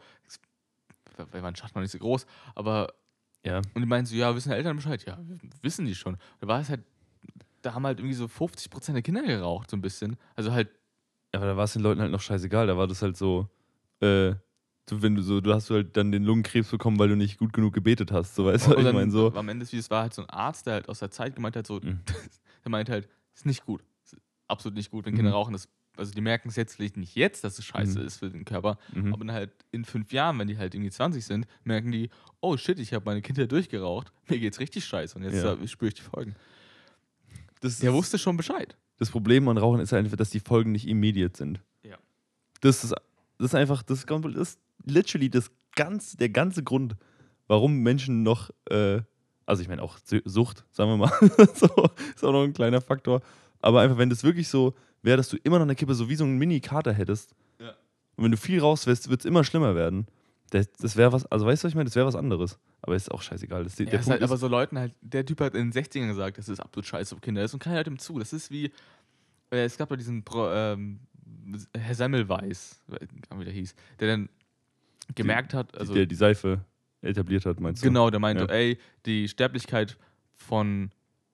Das, weil meine Schachtel noch nicht so groß, aber Ja. und die meinen so, ja, wissen Eltern Bescheid? Ja, wissen die schon. Da war es halt, da haben halt irgendwie so fünfzig Prozent der Kinder geraucht, so ein bisschen. Also halt, Aber da war es den Leuten halt noch scheißegal. Da war das halt so, äh, du, wenn du so, du hast halt dann den Lungenkrebs bekommen, weil du nicht gut genug gebetet hast. So, weißt du, und ich dann meine so. am Ende des Videos war halt so ein Arzt, der halt aus der Zeit gemeint hat, so, Mhm. der meint halt, ist nicht gut. Ist absolut nicht gut, wenn Kinder Mhm. rauchen. Das, also die merken es jetzt vielleicht nicht jetzt, dass es scheiße Mhm. ist für den Körper, Mhm. aber dann halt in fünf Jahren, wenn die halt irgendwie zwanzig sind, merken die, oh shit, ich habe meine Kindheit durchgeraucht, mir geht's richtig scheiße und jetzt Ja. äh, spüre ich die Folgen. Das, Der ist- wusste schon Bescheid. das Problem an Rauchen ist einfach, dass die Folgen nicht immediate sind. Ja. Das ist, das ist einfach, das ist, das ist literally das ganz, der ganze Grund, warum Menschen noch, äh, also ich meine auch Su- Sucht, sagen wir mal, so, ist auch noch ein kleiner Faktor. Aber einfach, wenn das wirklich so wäre, dass du immer noch eine Kippe so wie so einen Mini-Kater hättest, Ja. und wenn du viel rauswässt, wird es immer schlimmer werden. Das, das wäre was, also weißt du, was ich meine? Das wäre was anderes. Aber ist auch scheißegal. Das, Ja, der ist Punkt halt aber ist, so Leuten halt, der Typ hat in den sechzigern gesagt, das ist absolut scheiße für Kinder ist und keiner hört ihm zu. Das ist wie, äh, es gab ja diesen Pro, ähm, Herr Semmelweis, wie der hieß, der dann gemerkt hat, also der die Seife etabliert hat, meinst du? genau, der meinte, Ja. ey, die Sterblichkeit von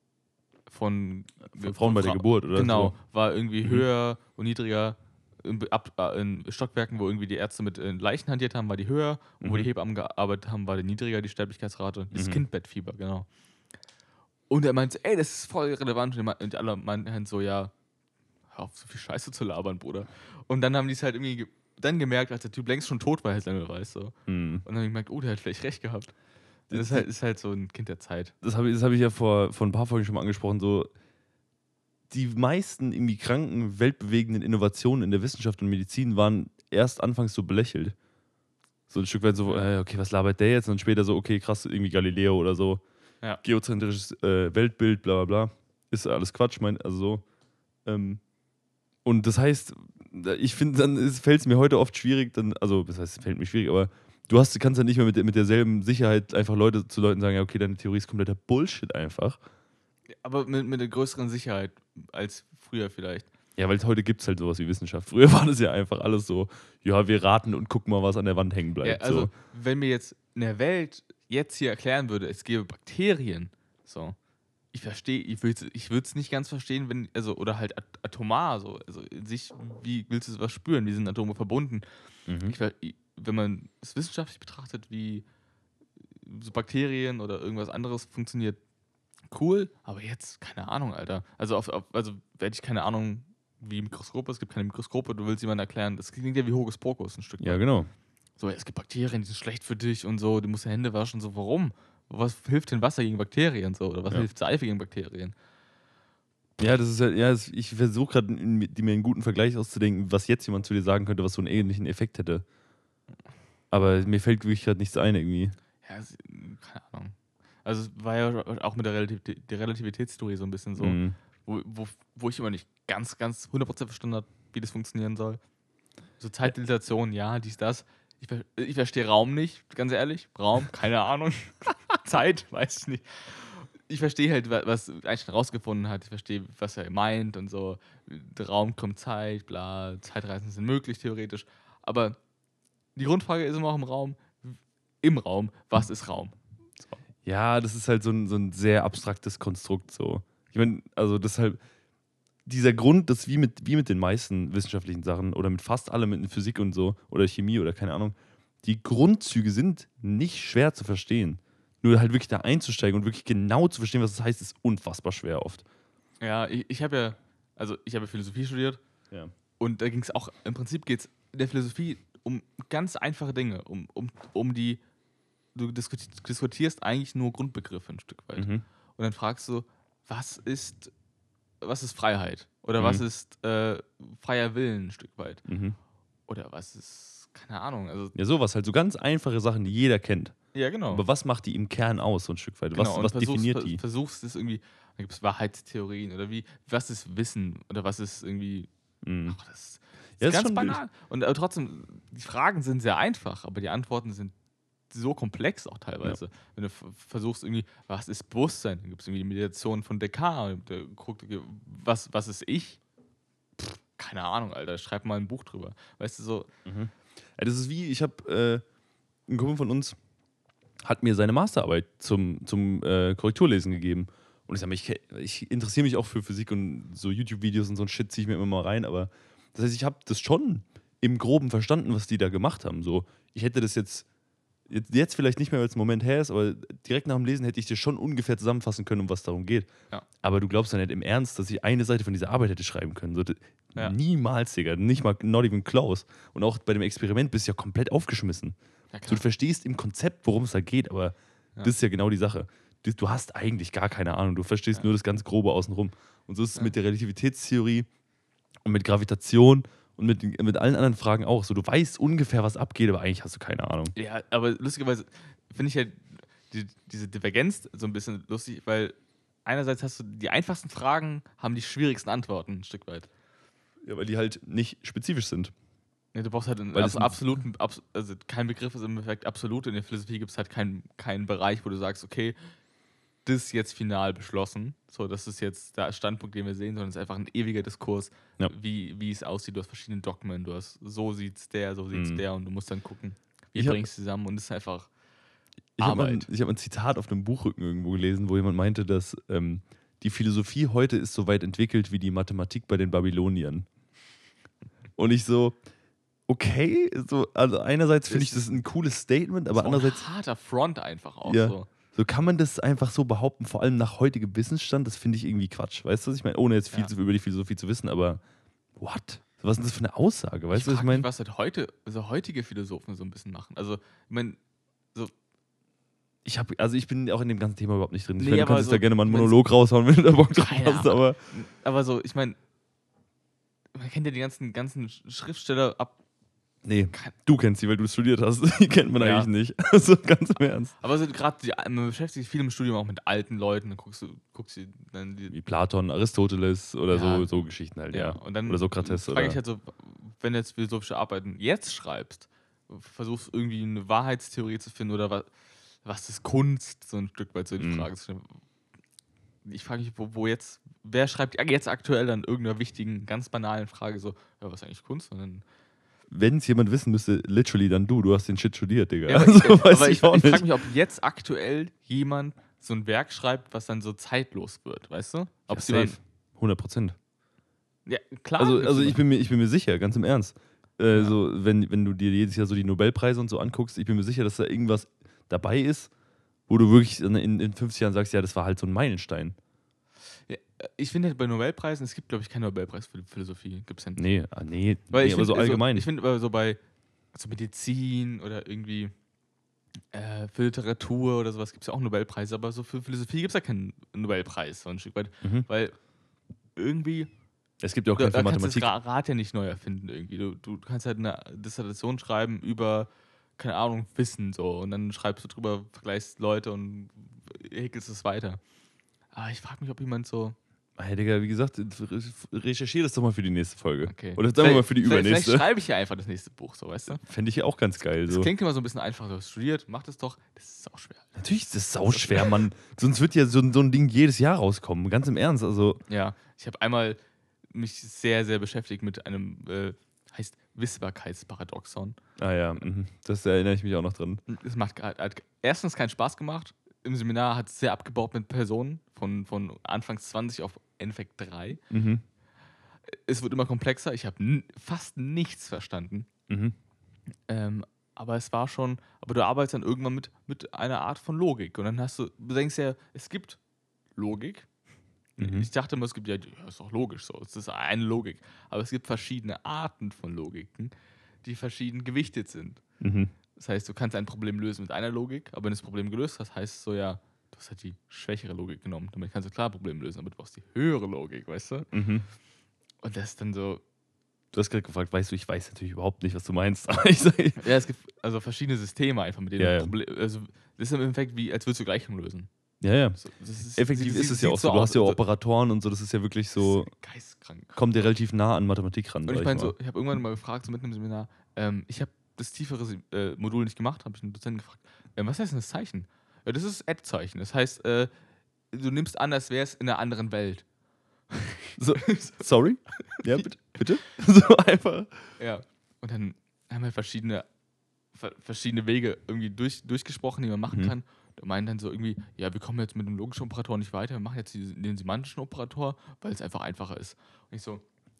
von, Von Frauen bei der Fra- Geburt, oder? Genau, So. war irgendwie Mhm. höher und niedriger. In, Be- ab, äh, in Stockwerken, wo irgendwie die Ärzte mit äh, Leichen hantiert haben, war die höher. Und wo Mhm. die Hebammen gearbeitet haben, war die niedriger, die Sterblichkeitsrate. Das Mhm. Kindbettfieber, genau. Und er meinte, ey, das ist voll relevant. Und die me- und die alle meinten so, ja, hör auf, so viel Scheiße zu labern, Bruder. Und dann haben die es halt irgendwie ge dann gemerkt, als der Typ längst schon tot war, Herr Semmelweis, so. Mhm. Und dann haben die gemerkt, oh, der hat vielleicht recht gehabt. Das ist halt, ist halt so ein Kind der Zeit. Das habe ich, das hab ich ja vor, vor ein paar Folgen schon mal angesprochen, so die meisten irgendwie kranken, weltbewegenden Innovationen in der Wissenschaft und Medizin waren erst anfangs so belächelt. So ein Stück weit so, äh, okay, was labert der jetzt? Und dann später so, okay, krass, irgendwie Galileo oder so. Ja. Geozentrisches äh, Weltbild, bla bla bla. Ist alles Quatsch, mein, also so. Ähm, und das heißt, ich finde, dann fällt es mir heute oft schwierig, dann, also, das heißt, es fällt mir schwierig, aber du hast, kannst ja nicht mehr mit, der- mit derselben Sicherheit einfach Leute zu Leuten sagen, ja, okay, deine Theorie ist kompletter Bullshit einfach. Aber mit, mit einer größeren Sicherheit als früher vielleicht. Ja, weil heute gibt es halt sowas wie Wissenschaft. Früher war das ja einfach alles so, ja, wir raten und gucken mal, was an der Wand hängen bleibt. Ja, also, so. wenn mir jetzt in der Welt jetzt hier erklären würde, es gäbe Bakterien, so, ich verstehe, ich würde ich es nicht ganz verstehen, wenn, also, oder halt at atomar, so, also in sich, wie willst du was spüren? Wie sind Atome verbunden? Mhm. Ich, ver- ich, wenn man es wissenschaftlich betrachtet, wie so Bakterien oder irgendwas anderes funktioniert, cool, aber jetzt, keine Ahnung, Alter. Also, auf, auf, also hätte ich keine Ahnung, wie Mikroskope, es gibt keine Mikroskope, du willst jemandem erklären, das klingt ja wie Hokuspokus ein Stück Ja, weit. genau. So, ja, es gibt Bakterien, die sind schlecht für dich und so, du musst die Hände waschen. So, warum? Was hilft denn Wasser gegen Bakterien? So, oder was Ja. hilft Seife gegen Bakterien? Ja, das ist ja, ja, das- ich versuche gerade mir einen guten Vergleich auszudenken, was jetzt jemand zu dir sagen könnte, was so einen ähnlichen Effekt hätte. Aber mir fällt wirklich gerade nichts ein irgendwie. Ja, es, keine Ahnung. Also, es war ja auch mit der, Relativ der Relativitätstheorie so ein bisschen so, Mhm. wo, wo, wo ich immer nicht ganz, ganz hundert Prozent verstanden habe, wie das funktionieren soll. So Zeitdilatation, ja, dies, das. Ich, ver- ich verstehe Raum nicht, ganz ehrlich. Raum, keine Ahnung. Zeit, weiß ich nicht. Ich verstehe halt, wa- was Einstein rausgefunden hat. Ich verstehe, was er meint und so. Der Raum kommt Zeit, bla. Zeitreisen sind möglich, theoretisch. Aber die Grundfrage ist immer auch im Raum, im Raum, was ist Raum? So. Ja, das ist halt so ein, so ein sehr abstraktes Konstrukt so. Ich meine, also deshalb, dieser Grund, dass wie mit, wie mit den meisten wissenschaftlichen Sachen oder mit fast allem, mit Physik und so oder Chemie oder keine Ahnung, die Grundzüge sind nicht schwer zu verstehen. Nur halt wirklich da einzusteigen und wirklich genau zu verstehen, was das heißt, ist unfassbar schwer oft. Ja, ich, ich habe ja, also ich habe ja Philosophie studiert Ja. und da ging es auch, im Prinzip geht es in der Philosophie um ganz einfache Dinge, um, um, um die, du diskuti- diskutierst eigentlich nur Grundbegriffe ein Stück weit. Mhm. Und dann fragst du, was ist, was ist Freiheit? Oder Mhm. was ist äh, freier Willen ein Stück weit? Mhm. Oder was ist, keine Ahnung, also, Ja, sowas, halt so ganz einfache Sachen, die jeder kennt. ja, genau. Aber was macht die im Kern aus, so ein Stück weit? Genau, Was, und was versuchst, definiert ver- die? versuchst es irgendwie, da gibt es Wahrheitstheorien oder wie, was ist Wissen oder was ist irgendwie, Mhm. ach, das, das Ja, ist ist ganz schon wild. banal. Und aber trotzdem, die Fragen sind sehr einfach, aber die Antworten sind so komplex auch teilweise. Wenn du f- versuchst irgendwie, was ist Bewusstsein? Dann gibt es irgendwie die Meditation von Descartes, der guckt, okay, was, was ist ich? Pff, keine Ahnung, Alter, schreib mal ein Buch drüber. Weißt du, so, Mhm. Ja, das ist wie, ich habe, äh, ein Kumpel von uns hat mir seine Masterarbeit zum, zum äh, Korrekturlesen gegeben. Und ich sage, ich, ich interessiere mich auch für Physik und so YouTube-Videos und so ein Shit ziehe ich mir immer mal rein, aber das heißt, ich habe das schon im Groben verstanden, was die da gemacht haben. So, ich hätte das jetzt, jetzt, jetzt vielleicht nicht mehr, weil es ein Moment her ist, aber direkt nach dem Lesen hätte ich dir schon ungefähr zusammenfassen können, um was darum geht. Ja. Aber du glaubst ja nicht im Ernst, dass ich eine Seite von dieser Arbeit hätte schreiben können. So, d- Ja. Niemals, Digga. Nicht mal, not even close. Und auch bei dem Experiment bist du ja komplett aufgeschmissen. ja So, klar. du verstehst im Konzept, worum es da geht, aber Ja. das ist ja genau die Sache. Du, du hast eigentlich gar keine Ahnung. Du verstehst Ja. nur das ganz Grobe außenrum. Und so ist es Ja. mit der Relativitätstheorie und mit Gravitation und mit, mit allen anderen Fragen auch. So, du weißt ungefähr, was abgeht, aber eigentlich hast du keine Ahnung. Ja, aber lustigerweise finde ich ja die, diese Divergenz so ein bisschen lustig, weil einerseits hast du die einfachsten Fragen, haben die schwierigsten Antworten ein Stück weit. Ja, weil die halt nicht spezifisch sind. Ja, du brauchst halt einen Weil abs es ein- absoluten, abs also kein Begriff ist im Endeffekt absolut. In der Philosophie gibt es halt keinen keinen Bereich, wo du sagst, okay, das ist jetzt final beschlossen. So, das ist jetzt der Standpunkt, den wir sehen, sondern es ist einfach ein ewiger Diskurs, Ja. wie, wie es aussieht. Du hast verschiedene Dogmen, du hast so sieht's der, so sieht's Mhm. der und du musst dann gucken, wie Ich hab- bringst du zusammen und es ist einfach Ich habe mal, ein- Arbeit. ich hab ein Zitat auf einem Buchrücken irgendwo gelesen, wo jemand meinte, dass ähm, die Philosophie heute ist so weit entwickelt wie die Mathematik bei den Babyloniern. Und ich so, okay, so, also einerseits finde ich Das das ein cooles Statement, aber das ist auch andererseits, ein harter Front einfach auch Ja. so. so kann man das einfach so behaupten, vor allem nach heutigem Wissensstand, das finde ich irgendwie Quatsch. Weißt du, was ich meine? Ohne jetzt viel Ja. zu, über die Philosophie zu wissen, aber what? Was ist denn das für eine Aussage? Weißt ich du, was ich frage mich, meine? was halt heute, also heutige Philosophen so ein bisschen machen. Also, ich meine, Ich habe, also ich bin auch in dem ganzen Thema überhaupt nicht drin. Ich Nee, meine, du aber kannst so, da gerne mal einen ich mein, Monolog raushauen, wenn du da Bock drauf Keine hast, aber aber so, ich meine, man kennt ja die ganzen, ganzen Schriftsteller ab. nee, Kein- du kennst sie, weil du studiert hast. Die kennt man Ja. eigentlich nicht. Also ganz im Ernst. Aber so gerade, die- man beschäftigt sich viel im Studium auch mit alten Leuten. Dann guckst du, guckst du dann die. Wie Platon, Aristoteles oder Ja. so, so Geschichten halt, ja. Und dann oder Sokrates frage oder. ich halt so, wenn du jetzt philosophische Arbeiten jetzt schreibst, versuchst irgendwie eine Wahrheitstheorie zu finden oder was, was ist Kunst, so ein Stück weit so die Mhm. Frage zu stellen. Ich frage mich, wo, wo jetzt, wer schreibt jetzt aktuell an irgendeiner wichtigen, ganz banalen Frage so, ja, was ist eigentlich Kunst? Und dann, Wenn es jemand wissen müsste, literally dann du. Du hast den Shit studiert, Digga. ja, aber Also, ich, weiß aber ich, auch ich frage nicht. mich, ob jetzt aktuell jemand so ein Werk schreibt, was dann so zeitlos wird, weißt du? Ob Ja, es jemand- safe. hundert Prozent. Ja, klar. Also, gibt's also immer- ich, bin mir, ich bin mir sicher, ganz im Ernst. Äh, Ja. so, wenn, wenn du dir jedes Jahr so die Nobelpreise und so anguckst, ich bin mir sicher, dass da irgendwas dabei ist, wo du wirklich in, in fünfzig Jahren sagst, ja, das war halt so ein Meilenstein. Ja, ich finde halt bei Nobelpreisen, es gibt, glaube ich, keinen Nobelpreis für Philosophie. Gibt es ja nicht. Nee, ah, nee, Weil nee ich aber find, so allgemein. So, ich finde aber so bei, also Medizin oder irgendwie äh, für Literatur oder sowas gibt es ja auch Nobelpreise, aber so für Philosophie gibt es ja keinen Nobelpreis, so ein Stück weit. Mhm. Weil irgendwie, Es gibt ja auch da, keinen da für kannst du das Mathematik. Ra- Rad ja nicht neu erfinden irgendwie. Du, du kannst halt eine Dissertation schreiben über, keine Ahnung, Wissen so und dann schreibst du drüber, vergleichst Leute und häkelst es weiter. Aber ich frage mich, ob jemand so. Hey, Digga, wie gesagt, recherchiere das doch mal für die nächste Folge. Okay. Oder sagen wir mal für die vielleicht, übernächste. Vielleicht schreibe ich ja einfach das nächste Buch, so, weißt du? Fände ich ja auch ganz geil. Das So. klingt immer so ein bisschen einfach. Du hast studiert, mach das doch. Das ist auch schwer. Natürlich ist das sauschwer, Mann. Sonst wird ja so, so ein Ding jedes Jahr rauskommen. Ganz im Ernst. Also, Ja, ich habe einmal mich sehr, sehr beschäftigt mit einem, äh, heißt Wissbarkeitsparadoxon. ah ja, mhm. Das erinnere ich mich auch noch dran. Es macht hat, hat erstens keinen Spaß gemacht. Im Seminar hat es sehr abgebaut mit Personen von, von Anfangs zwanzig auf Endeffekt drei. Mhm. Es wird immer komplexer. Ich habe n- fast nichts verstanden. Mhm. Ähm, aber es war schon, aber du arbeitest dann irgendwann mit, mit einer Art von Logik. Und dann hast du, du denkst ja, es gibt Logik. Mhm. Ich dachte immer, es gibt ja, ja, ist doch logisch so, es ist eine Logik. Aber es gibt verschiedene Arten von Logiken, die verschieden gewichtet sind. Mhm. Das heißt, du kannst ein Problem lösen mit einer Logik, aber wenn du das Problem gelöst hast, heißt es so, ja, du hast halt die schwächere Logik genommen. Damit kannst du klar Probleme lösen, aber du brauchst die höhere Logik, weißt du? Mhm. Und das ist dann so, Du hast gerade gefragt, weißt du, ich weiß natürlich überhaupt nicht, was du meinst. Aber ich sage, ja, es gibt also verschiedene Systeme einfach, mit denen Ja, du ja. Probleme, also das ist im Endeffekt wie, als würdest du Gleichung lösen. ja, ja. So, das ist, Effektiv sieht- ist es sieht ja auch so. Du aus, hast ja auch also- Operatoren und so. Das ist ja wirklich so, das ist geisteskrank. kommt dir relativ nah an Mathematik ran. Und sag ich meine mal. so, ich habe irgendwann mal gefragt, so mitten im Seminar, ähm, ich habe das tiefere Se- äh, Modul nicht gemacht, habe ich einen Dozenten gefragt, ähm, was heißt denn das Zeichen? Ja, das ist Add-Zeichen. Das heißt, äh, du nimmst an, als wäre es in einer anderen Welt. So, sorry? Ja, bitte? bitte? So einfach. Ja. Und dann haben wir verschiedene, ver verschiedene Wege irgendwie durch, durchgesprochen, die man machen Mhm. kann. Der meint dann so irgendwie, ja, wir kommen jetzt mit dem logischen Operator nicht weiter, wir machen jetzt die, den semantischen Operator, weil es einfach einfacher ist. Und ich so,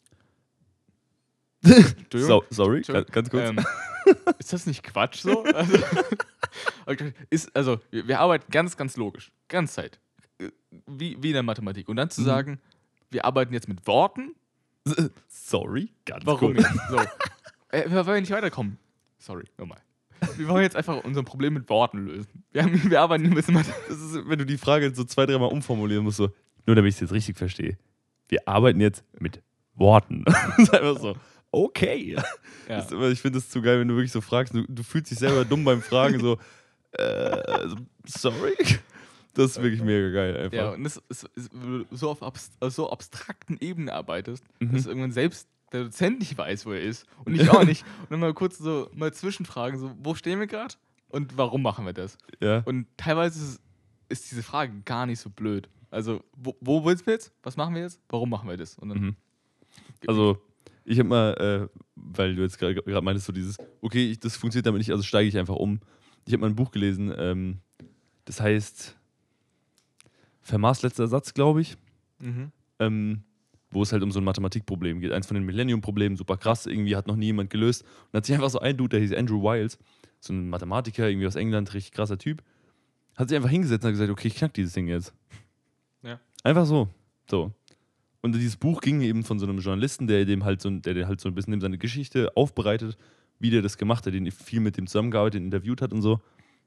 So, sorry, Entschuldigung, ganz, ganz kurz. Ähm, ist das nicht Quatsch so? Also, okay, ist, also wir, wir arbeiten ganz, ganz logisch. Ganz Zeit. Äh, Wie, wie in der Mathematik. Und dann zu Mhm. sagen, wir arbeiten jetzt mit Worten. Sorry, ganz Warum kurz. jetzt? So. Äh, wir wollen nicht weiterkommen. Sorry, nochmal. Wir wollen jetzt einfach unser Problem mit Worten lösen. Wir, haben, wir arbeiten mit Mathematik. Das ist, wenn du die Frage so zwei, dreimal umformulieren musst, so, nur damit ich es jetzt richtig verstehe. Wir arbeiten jetzt mit Worten. Das ist einfach so, okay. Ja. Das ist immer, ich finde es zu geil, wenn du wirklich so fragst, du, du fühlst dich selber dumm beim Fragen, so, äh, so, sorry? Das ist wirklich mega geil einfach. Ja, und das ist, ist, wenn du so auf abst auf so abstrakten Ebenen arbeitest, Mhm. dass irgendwann selbst der Dozent nicht weiß, wo er ist und ich auch nicht. Und dann mal kurz so mal zwischenfragen, so, wo stehen wir gerade und warum machen wir das? Ja. Und teilweise ist, ist diese Frage gar nicht so blöd. Also, wo, wo willst du jetzt? Was machen wir jetzt? Warum machen wir das? Und dann, Mhm. Also, ich habe mal, äh, weil du jetzt gerade gerade meintest, so dieses, okay, ich, das funktioniert damit nicht, also steige ich einfach um. Ich habe mal ein Buch gelesen, ähm, das heißt Fermats letzter Satz, glaube ich, mhm. ähm, wo es halt um so ein Mathematikproblem geht. Eins von den Millennium-Problemen, super krass, irgendwie hat noch nie jemand gelöst. Und dann hat sich einfach so ein Dude, der hieß Andrew Wiles, so ein Mathematiker, irgendwie aus England, richtig krasser Typ, hat sich einfach hingesetzt und hat gesagt, okay, ich knack dieses Ding jetzt. Ja. Einfach so. So. Und dieses Buch ging eben von so einem Journalisten, der dem halt so, der, der halt so ein bisschen seine Geschichte aufbereitet, wie der das gemacht hat, den viel mit dem zusammengearbeitet, den interviewt hat und so.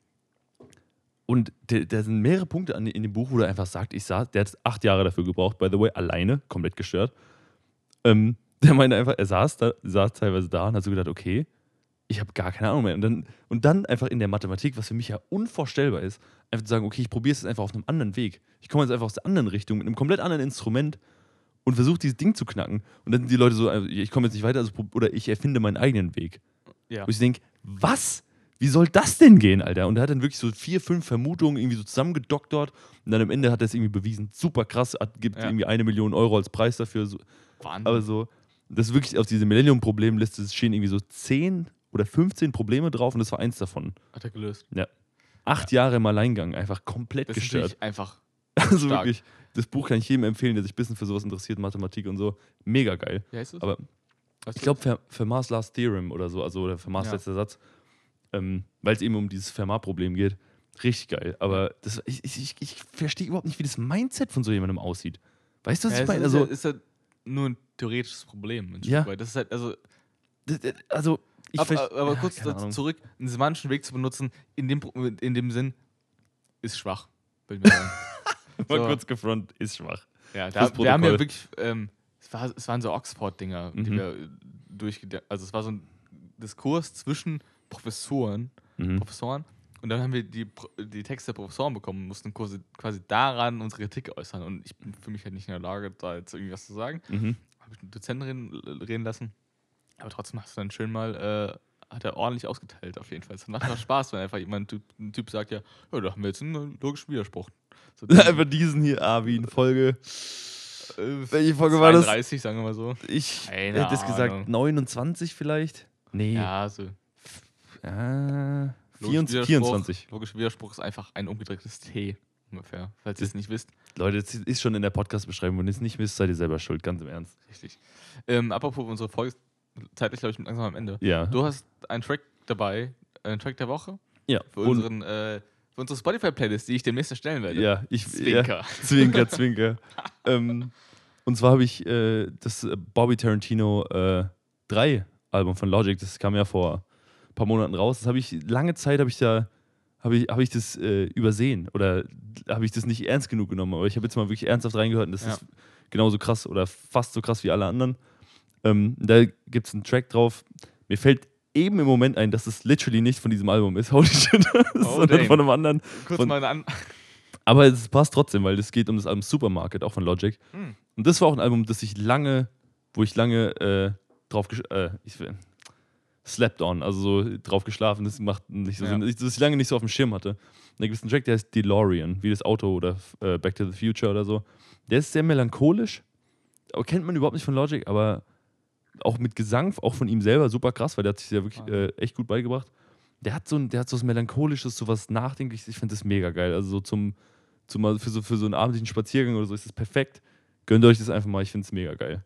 Und da sind mehrere Punkte an, in dem Buch, wo er einfach sagt, ich saß, der hat acht Jahre dafür gebraucht, by the way, alleine, komplett gestört. Ähm, der meinte einfach, er saß, da, saß teilweise da und hat so gedacht, okay, ich habe gar keine Ahnung mehr. Und dann, und dann einfach in der Mathematik, was für mich ja unvorstellbar ist, einfach zu sagen, okay, ich probiere es jetzt einfach auf einem anderen Weg. Ich komme jetzt einfach aus der anderen Richtung, mit einem komplett anderen Instrument und versuche dieses Ding zu knacken. Und dann sind die Leute so, ich komme jetzt nicht weiter, also, oder ich erfinde meinen eigenen Weg. Ja. Wo ich denke, was? Wie soll das denn gehen, Alter? Und er hat dann wirklich so vier, fünf Vermutungen irgendwie so zusammengedoktert und dann am Ende hat er es irgendwie bewiesen, super krass, hat, gibt Ja. irgendwie eine Million Euro als Preis dafür. So. Wahnsinn. Aber so, das ist wirklich auf diese Millennium-Problemliste stehen irgendwie so zehn oder fünfzehn Probleme drauf und das war eins davon. Hat er gelöst. Acht Jahre im Alleingang, einfach komplett Das ist gestört. natürlich einfach Also stark. wirklich, das Buch kann ich jedem empfehlen, der sich ein bisschen für sowas interessiert, Mathematik und so. Mega geil. Wie heißt das? Aber Weißt ich du glaube, Fer Fermat's Last Theorem oder so, also oder Fermat's Ja. letzter Satz, ähm, weil es eben um dieses Fermat-Problem geht. Richtig geil. Aber das, ich, ich, ich, ich verstehe überhaupt nicht, wie das Mindset von so jemandem aussieht. Weißt du, was ja, ich es meine? ist, Also, ja, ist ja nur ein theoretisches Problem. Ein Stück Ja. weit. Das ist halt, also, d- d- also, Ich aber, verste- aber ja, kurz keine dazu Ahnung. zurück, einen semantischen Weg zu benutzen, in dem, in dem Sinn, ist schwach, würde ich mal sagen. Mal So. kurz gefront, ist schwach. Ja, Fürs da, wir haben ja Protokoll. wirklich, ähm, es, war, es waren so Oxford-Dinger, die Mhm. wir durchgedacht, also es war so ein Diskurs zwischen Professoren, Mhm. Professoren und dann haben wir die, Pro- die Texte der Professoren bekommen und mussten quasi, quasi daran unsere Kritik äußern und ich bin für mich halt nicht in der Lage, da jetzt irgendwie was zu sagen. Mhm. Habe ich einen Dozenten reden, reden lassen, aber trotzdem hast du dann schön mal, äh, hat er ordentlich ausgeteilt auf jeden Fall. Es macht auch Spaß, wenn einfach jemand, ein Typ, ein Typ sagt, ja, ja, da haben wir jetzt einen logischen Widerspruch. So, Einfach diesen hier, ah, wie in Folge. äh, Welche Folge war das? zweiunddreißig, sagen wir mal so. Ich Keine hätte es gesagt, Ahnung. neunundzwanzig vielleicht? Nee. Ja, so. Ah, Logischer vierundzwanzig. Widerspruch, logischer Widerspruch ist einfach ein umgedrehtes T, ungefähr. Falls ihr es nicht wisst. Leute, das ist schon in der Podcast-Beschreibung. Wenn ihr es nicht wisst, seid ihr selber schuld, ganz im Ernst. Richtig. Ähm, apropos, unsere Folge ist zeitlich, glaube ich, langsam am Ende. Ja. Du hast einen Track dabei, einen Track der Woche ja. für, Und, unseren, äh, für unsere Spotify-Playlist, die ich demnächst erstellen werde. ja, ich. Zwinker. Ja, zwinker, zwinker. ähm, und zwar habe ich äh, das äh, Bobby Tarantino äh, drei Album von Logic, das kam ja vor ein paar Monaten raus. Das habe ich, lange Zeit habe ich da, habe ich, hab ich das äh, übersehen oder habe ich das nicht ernst genug genommen. Aber ich habe jetzt mal wirklich ernsthaft reingehört und das Ja. ist genauso krass oder fast so krass wie alle anderen. Ähm, da gibt es einen Track drauf. Mir fällt eben im Moment ein, dass es literally nicht von diesem Album ist. Holy shit. Sondern damn. von einem anderen. Kurz Von- mal eine An Aber es passt trotzdem, weil es geht um das Album Supermarket, auch von Logic. Hm. Und das war auch ein Album, das ich lange, wo ich lange äh, drauf gesch äh, ich will, slept on, also so drauf geschlafen. Das macht nicht so Ja. Sinn, dass ich lange nicht so auf dem Schirm hatte. Und da gibt es einen Track, der heißt DeLorean, wie das Auto oder äh, Back to the Future oder so. Der ist sehr melancholisch, aber kennt man überhaupt nicht von Logic, aber auch mit Gesang, auch von ihm selber, super krass, weil der hat sich ja wirklich äh, echt gut beigebracht. Der hat so ein, der hat so was Melancholisches, so was Nachdenkliches. Ich finde das mega geil. Also so zum, zum mal für so, für so einen abendlichen Spaziergang oder so ist das perfekt. Gönnt euch das einfach mal, ich finde es mega geil.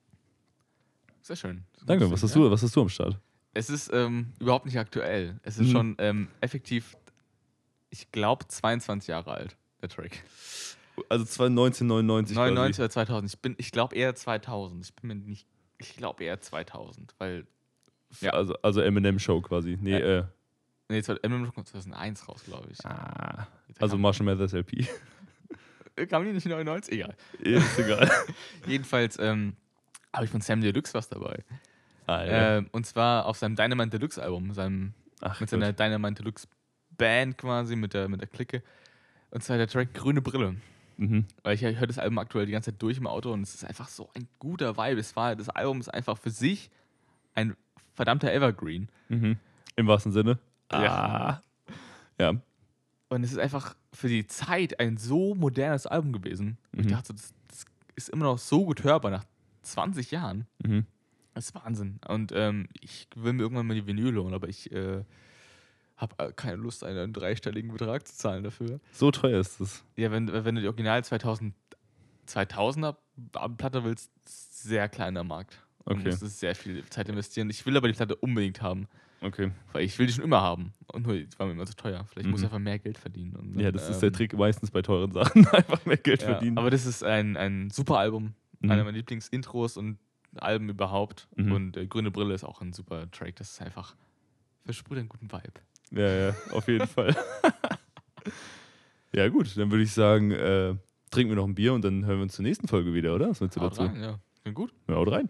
Sehr schön. Danke, was hast du, was hast du am Start? Es ist ähm, überhaupt nicht aktuell. Es ist Mhm. schon ähm, effektiv, ich glaube, zweiundzwanzig Jahre alt, der Track. Also zwar neunzehnhundertneunundneunzig neunundneunzig quasi. oder zweitausend. Ich bin, ich glaube eher zweitausend. Ich bin mir nicht, ich glaube eher zweitausend, weil, ja. Also, also Eminem-Show quasi. Nee, Ja. äh, nee, Eminem kommt zweitausendeins raus, glaube ich. ah, Jetzt also kam, Marshall Mathers L P. kam die nicht neunundneunzig? Egal. Ist egal. Jedenfalls ähm, habe ich von Sam Deluxe was dabei. Ah, ja. Ähm, und zwar auf seinem Dynamite Deluxe Album, seinem, Ach, mit Gott. seiner Dynamite Deluxe Band quasi, mit der, mit der Clique. Und zwar der Track Grüne Brille. Mhm. Weil ich, ich höre das Album aktuell die ganze Zeit durch im Auto und es ist einfach so ein guter Vibe. Es war, das Album ist einfach für sich ein verdammter Evergreen. Mhm. Im wahrsten Sinne. Ja. Ah. Ja. Und es ist einfach für die Zeit ein so modernes Album gewesen. Und ich Mhm. dachte, das, das ist immer noch so gut hörbar nach zwanzig Jahren. Mhm. Das ist Wahnsinn. Und ähm, ich will mir irgendwann mal die Vinyl holen, aber ich äh, habe äh, keine Lust, einen dreistelligen Betrag zu zahlen dafür. So teuer ist es. Ja, wenn, wenn du die Original zweitausend, zweitausender Platte willst, sehr kleiner Markt. Du Okay. musst sehr viel Zeit investieren. Ich will aber die Platte unbedingt haben, Okay. weil ich will die schon immer haben. Und nur, die war mir immer zu teuer. Vielleicht muss Mhm. ich einfach mehr Geld verdienen. Und dann, Ja, das ist ähm, der Trick meistens bei teuren Sachen. Einfach mehr Geld ja, verdienen. aber das ist ein, ein super Album. Mhm. Einer meiner Lieblingsintros und Alben überhaupt. Mhm. Und äh, Grüne Brille ist auch ein super Track. Das ist einfach, versprüht einen guten Vibe. Ja, ja, auf jeden Fall. Ja, gut, dann würde ich sagen, äh, trinken wir noch ein Bier und dann hören wir uns zur nächsten Folge wieder, oder? Was meinst du Haut dazu? rein, ja. Klingt gut. Ja, haut rein.